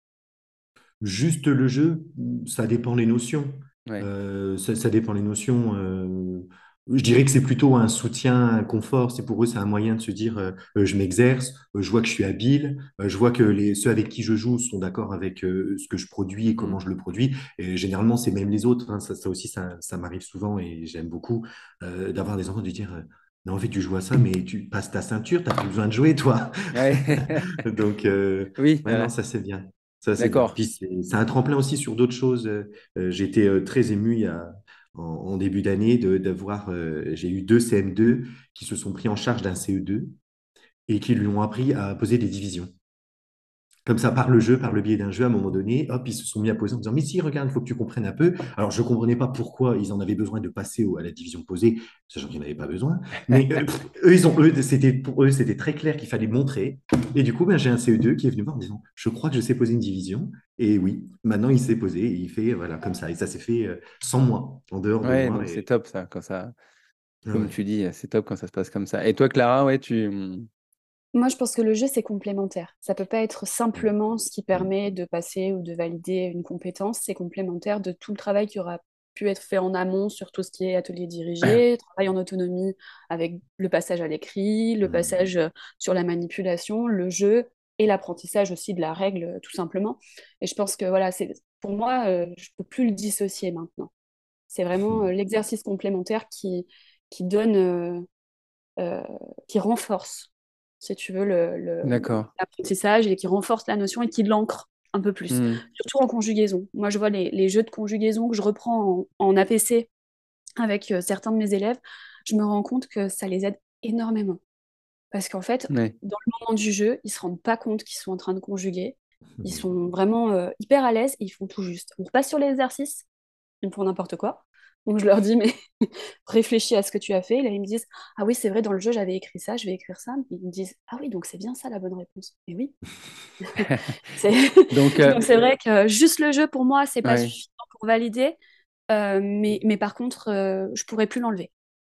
Juste le jeu, ça dépend les notions. Ouais. Euh, ça, ça dépend les notions. euh, je dirais que c'est plutôt un soutien, un confort. C'est pour eux, c'est un moyen de se dire, euh, euh, je m'exerce, euh, je vois que je suis habile, euh, je vois que les, ceux avec qui je joue sont d'accord avec euh, ce que je produis et Mm. comment je le produis. Et généralement, c'est même les autres, hein. Ça, ça aussi, ça, ça m'arrive souvent et j'aime beaucoup euh, d'avoir des enfants de dire, euh, non, en fait, tu joues à ça, mais tu passes ta ceinture, tu n'as plus besoin de jouer, toi. Ouais. Donc, euh, Oui, ouais, non, voilà. ça, c'est bien. Ça, c'est bien. D'accord. Puis c'est c'est un tremplin aussi sur d'autres choses. Euh, euh, J'étais euh, très ému il y a, en, en début d'année de, de voir, euh, j'ai eu deux C M deux qui se sont pris en charge d'un C E deux et qui lui ont appris à poser des divisions. Comme ça, par le jeu, par le biais d'un jeu, à un moment donné, hop, ils se sont mis à poser en disant, mais si, regarde, il faut que tu comprennes un peu. Alors, je ne comprenais pas pourquoi ils en avaient besoin de passer au- à la division posée, sachant qu'ils n'en avaient pas besoin. Mais euh, pff, eux, ils ont, eux, c'était, pour eux, c'était très clair qu'il fallait montrer. Et du coup, ben, j'ai un C E deux qui est venu voir en disant, je crois que je sais poser une division. Et oui, maintenant, il sait poser. Et il fait, voilà, comme ça. Et ça s'est fait euh, sans moi, en dehors de Ouais, moi. donc c'est Et, top ça, quand ça, ah comme ouais. tu dis, c'est top quand ça se passe comme ça. Et toi, Clara, ouais, tu. mmh, Moi, je pense que le jeu, c'est complémentaire. Ça peut pas être Mm. simplement ce qui Mm. permet de passer ou de valider une compétence. C'est complémentaire de tout le travail qui aura pu être fait en amont sur tout ce qui est atelier dirigé, travail en autonomie avec le passage à l'écrit, le Mm. passage euh, sur la manipulation, le jeu et l'apprentissage aussi de la règle, euh, tout simplement. Et je pense que voilà, c'est pour moi, euh, je peux plus le dissocier maintenant. C'est vraiment euh, l'exercice complémentaire qui, qui donne, euh, euh, qui renforce, si tu veux, le, le- D'accord. l'apprentissage et qui renforce la notion et qui l'ancre un peu plus. Mmh. Surtout en conjugaison. Moi, je vois les, les jeux de conjugaison que je reprends en, en A P C avec euh, certains de mes élèves, je me rends compte que ça les aide énormément. Parce qu'en fait, Ouais. dans le moment du jeu, ils se rendent pas compte qu'ils sont en train de conjuguer. Ils sont vraiment euh, hyper à l'aise et ils font tout juste. On repasse sur l'exercice, ils me font n'importe quoi. Donc je leur dis, mais réfléchis à ce que tu as fait. Et là, ils me disent, ah oui, c'est vrai, dans le jeu, j'avais écrit ça, je vais écrire ça. Ils me disent, ah oui, donc c'est bien ça la bonne réponse. Et oui, c'est Donc, euh, donc c'est vrai que juste le jeu, pour moi, c'est pas ouais. suffisant pour valider. Euh, mais, mais par contre, euh, je pourrais plus l'enlever.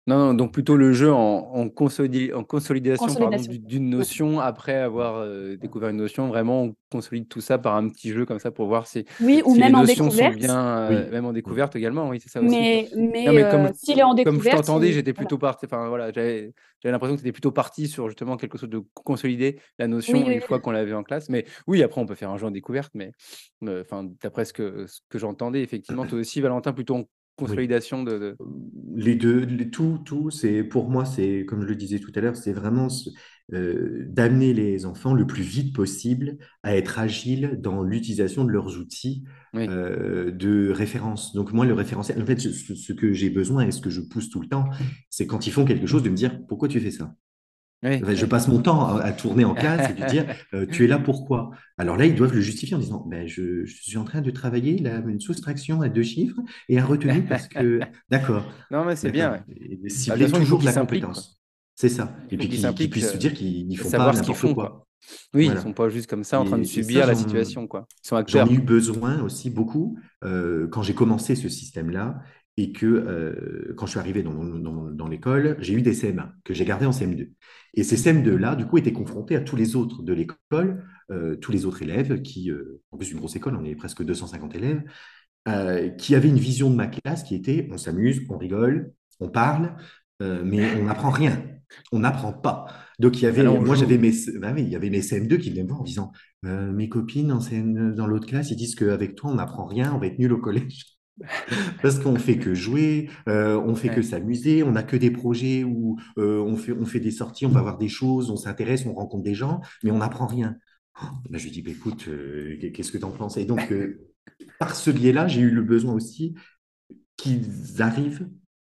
Non, non, donc plutôt le jeu en, en, consolidi- en consolidation pardon, Consolidation. du- d'une Ouais. notion après avoir euh, découvert une notion. Vraiment, on consolide tout ça par un petit jeu comme ça pour voir si, Oui, ou si les même en notions sont découverte. bien, euh, Oui. même en Mm. découverte également. Oui, c'est ça aussi. Mais, Non, mais mais comme, euh, s'il est en comme je découverte, t'entendais, il... j'étais voilà. plutôt parti. Enfin, voilà, j'avais j'avais l'impression que c'était plutôt parti sur justement quelque chose de consolider la Oui, notion oui, une fois oui. qu'on l'avait en classe. Mais oui, après, on peut faire un jeu en découverte. Mais euh, enfin, d'après ce que, ce que j'entendais, effectivement, toi aussi, Valentin, plutôt en Oui. consolidation de. de... Les deux, les- tout, tout, c'est pour moi, c'est comme je le disais tout à l'heure, c'est vraiment ce- euh, d'amener les enfants le plus vite possible à être agiles dans l'utilisation de leurs outils Oui, euh, de référence. Donc moi, le référentiel, en fait, ce, ce- ce que j'ai besoin et ce que je pousse tout le temps, c'est quand ils font quelque chose de me dire pourquoi tu fais ça. oui, Enfin, je oui. passe mon temps à, à tourner en classe et de dire euh, tu es là pourquoi? Alors là, ils doivent le justifier en disant ben, je, je suis en train de travailler là, une soustraction à deux chiffres et un retenu parce que d'accord, Non, mais c'est bien. d'accord. Ouais. Et Bah, de toute cibler façon, il faut toujours qu'ils la s'impliquent, quoi. compétence. C'est ça. Il Et faut puis qu'ils qu'ils qu'ils s'impliquent, puissent se euh, dire qu'ils ne et font pas savoir ce qu'ils n'importe font, quoi. quoi. Oui, ils sont Voilà. pas juste comme ça en train de Et, et ça, subir la j'en, situation, quoi. Ils sont J'en ai acteurs. eu besoin aussi beaucoup euh, quand j'ai commencé ce système-là et que euh, quand je suis arrivé dans, mon- dans, mon- dans l'école, j'ai eu des C M un que j'ai gardés en C M deux. Et ces C M deux-là, du coup, étaient confrontés à tous les autres de l'école, euh, tous les autres élèves qui, euh, en plus une grosse école, on est presque deux cent cinquante élèves, euh, qui avaient une vision de ma classe qui était on s'amuse, on rigole, on parle, euh, mais on n'apprend rien. On n'apprend pas. Donc, il y Ah non, avait, on moi, j'avais joue. mes, bah oui, il y avait mes C M deux qui venaient me voir en disant euh, mes copines en C M dans l'autre classe, ils disent qu'avec toi, on n'apprend rien, on va être nul au collège. Parce qu'on fait que jouer, euh, on fait que Ouais. s'amuser, on n'a que des projets où euh, on fait, on fait des sorties, on va voir des choses, on s'intéresse, on rencontre des gens, mais on n'apprend rien. Là, je lui dis, bah, écoute, euh, qu'est-ce que tu en penses? Et donc, euh, par ce biais-là, j'ai eu le besoin aussi qu'ils arrivent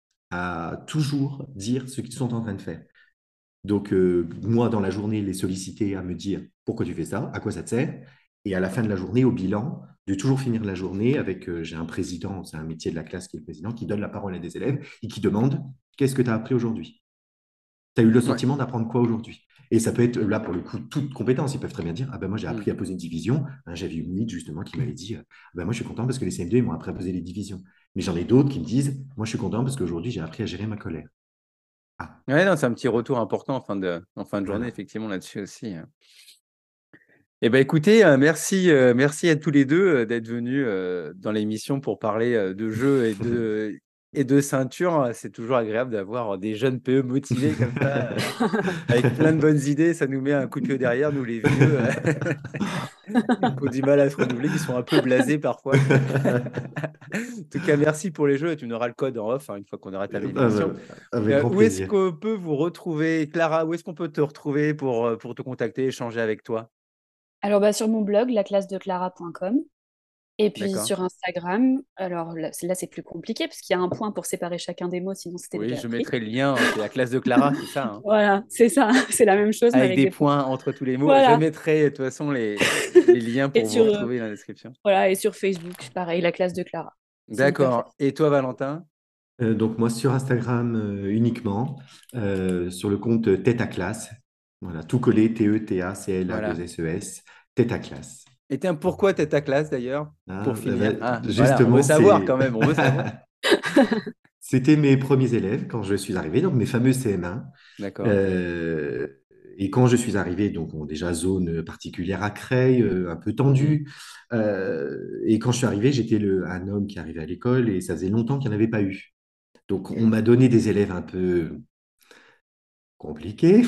à toujours dire ce qu'ils sont en train de faire. Donc, euh, moi, dans la journée, les solliciter à me dire pourquoi tu fais ça, à quoi ça te sert, et à la fin de la journée, au bilan, de toujours finir la journée avec, euh, j'ai un président, c'est un métier de la classe qui est le président, qui donne la parole à des élèves et qui demande qu'est-ce que tu as appris aujourd'hui? Tu as eu le Ouais. sentiment d'apprendre quoi aujourd'hui? Et ça peut être là, pour le coup, toute compétence. Ils peuvent très bien dire, ah ben moi j'ai Mm. appris à poser une division. Hein, j'avais une lead justement qui m'avait dit, euh, ah ben moi je suis content parce que les C M deux ils m'ont appris à poser les divisions. Mais j'en ai d'autres qui me disent, moi je suis content parce qu'aujourd'hui j'ai appris à gérer ma colère. Ah, Ouais, non, c'est un petit retour important en fin de, en fin de journée, voilà. effectivement, là-dessus aussi. Hein. Eh ben, écoutez, euh, merci, euh, merci à tous les deux euh, d'être venus euh, dans l'émission pour parler euh, de jeux et de, et de ceinture. C'est toujours agréable d'avoir des jeunes P E motivés comme ça, euh, avec plein de bonnes idées. Ça nous met un coup de pied derrière, nous les vieux, euh, qui ont du mal à se renouveler, qui sont un peu blasés parfois. En tout cas, merci pour les jeux. Tu nous auras le code en off hein, une fois qu'on aura terminé Ah l'émission. ben, avec Euh, grand où est-ce plaisir. qu'on peut vous retrouver, Clara? Où est-ce qu'on peut te retrouver pour, euh, pour te contacter, échanger avec toi? Alors, bah, sur mon blog, la classe de clara point com. Et puis D'accord. sur Instagram, alors là, c'est là, c'est plus compliqué parce qu'il y a un point pour séparer chacun des mots, sinon c'était Oui, déjà je pris. mettrai le lien. hein, C'est la classe de Clara, c'est ça. Hein, Voilà, c'est ça, c'est la même chose, mais avec avec des des points. points entre tous les mots. Je Voilà. mettrai de toute façon les, les liens Et pour vous sur, euh, retrouver dans la description. voilà, et sur Facebook, pareil, la classe de Clara. C'est hyper D'accord. facile. Et toi, Valentin? Euh, donc moi sur Instagram euh, uniquement, euh, sur le compte Tête à classe. Voilà, tout collé, T E T A C L A Voilà. deux S E S, Tête à classe. Et tiens, pourquoi t'es ta classe d'ailleurs? Ah, Pour euh, finir. bah, Ah, voilà, on veut justement, savoir c'est quand même, on veut savoir. c'était mes premiers élèves quand je suis arrivé, donc mes fameux C M un. D'accord. Euh, et quand je suis arrivé, donc bon, déjà zone particulière à Creil, euh, un peu Mhm. tendue. Euh, et quand je suis arrivé, j'étais le, un homme qui arrivait à l'école et ça faisait longtemps qu'il n'y en avait pas eu. Donc on m'a donné des élèves un peu compliqués.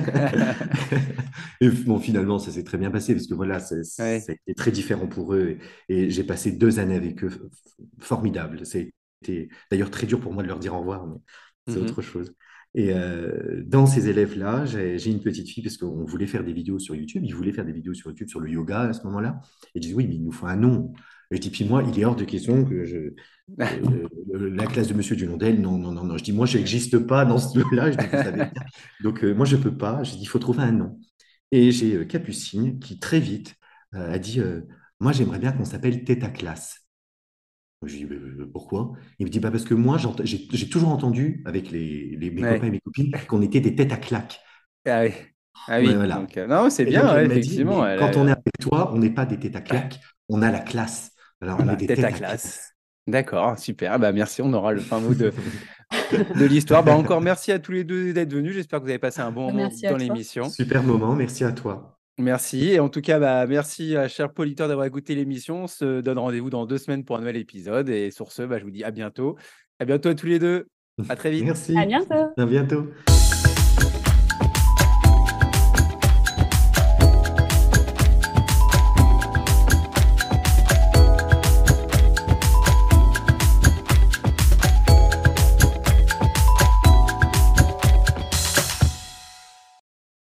Et bon, finalement, ça s'est très bien passé parce que voilà, c'est- Ouais. ça a été très différent pour eux. Et, et j'ai passé deux années avec eux, f- formidable. C'était d'ailleurs très dur pour moi de leur dire au revoir, mais c'est Mhm. autre chose. Et euh, dans ces élèves-là, j'ai j'ai une petite fille parce qu'on voulait faire des vidéos sur YouTube. Ils voulaient faire des vidéos sur YouTube sur le yoga à ce moment-là. Et je dis oui, mais il nous faut un nom. Et je dis, puis moi, il est hors de question que je, euh, euh, la classe de Monsieur Dunondel, non, non, non, non. Je dis, moi, je n'existe pas dans ce là Je dis, vous savez bien. Donc, euh, moi, je ne peux pas. J'ai dit, il faut trouver un nom. Et j'ai euh, Capucine qui, très vite, euh, a dit, euh, moi, j'aimerais bien qu'on s'appelle Tête à classe. Je dis, euh, pourquoi? Il me dit, bah, parce que moi, j'ent- j'ai j'ai toujours entendu avec les, les- mes copains et Ouais. mes copines qu'on était des têtes à claque. Ah oui. Ah Ouais, oui. voilà. Donc, euh, non, c'est Et bien, donc, ouais, elle m'a dit, effectivement. mais Elle quand on est a, avec toi, on n'est pas des têtes à claque, on a la classe. Alors, on est voilà, des tête à têtes à classe. classe. D'accord, super. Bah, merci, on aura le fin mot de, de l'histoire. Bah, encore merci à tous les deux d'être venus. J'espère que vous avez passé un bon moment Merci à dans toi. l'émission. Super moment, merci à toi. Merci. Et en tout cas, bah, merci à chers auditeurs d'avoir écouté l'émission. On se donne rendez-vous dans deux semaines pour un nouvel épisode. Et sur ce, bah, je vous dis à bientôt. À bientôt à tous les deux. À très vite. À Merci, bientôt. à bientôt.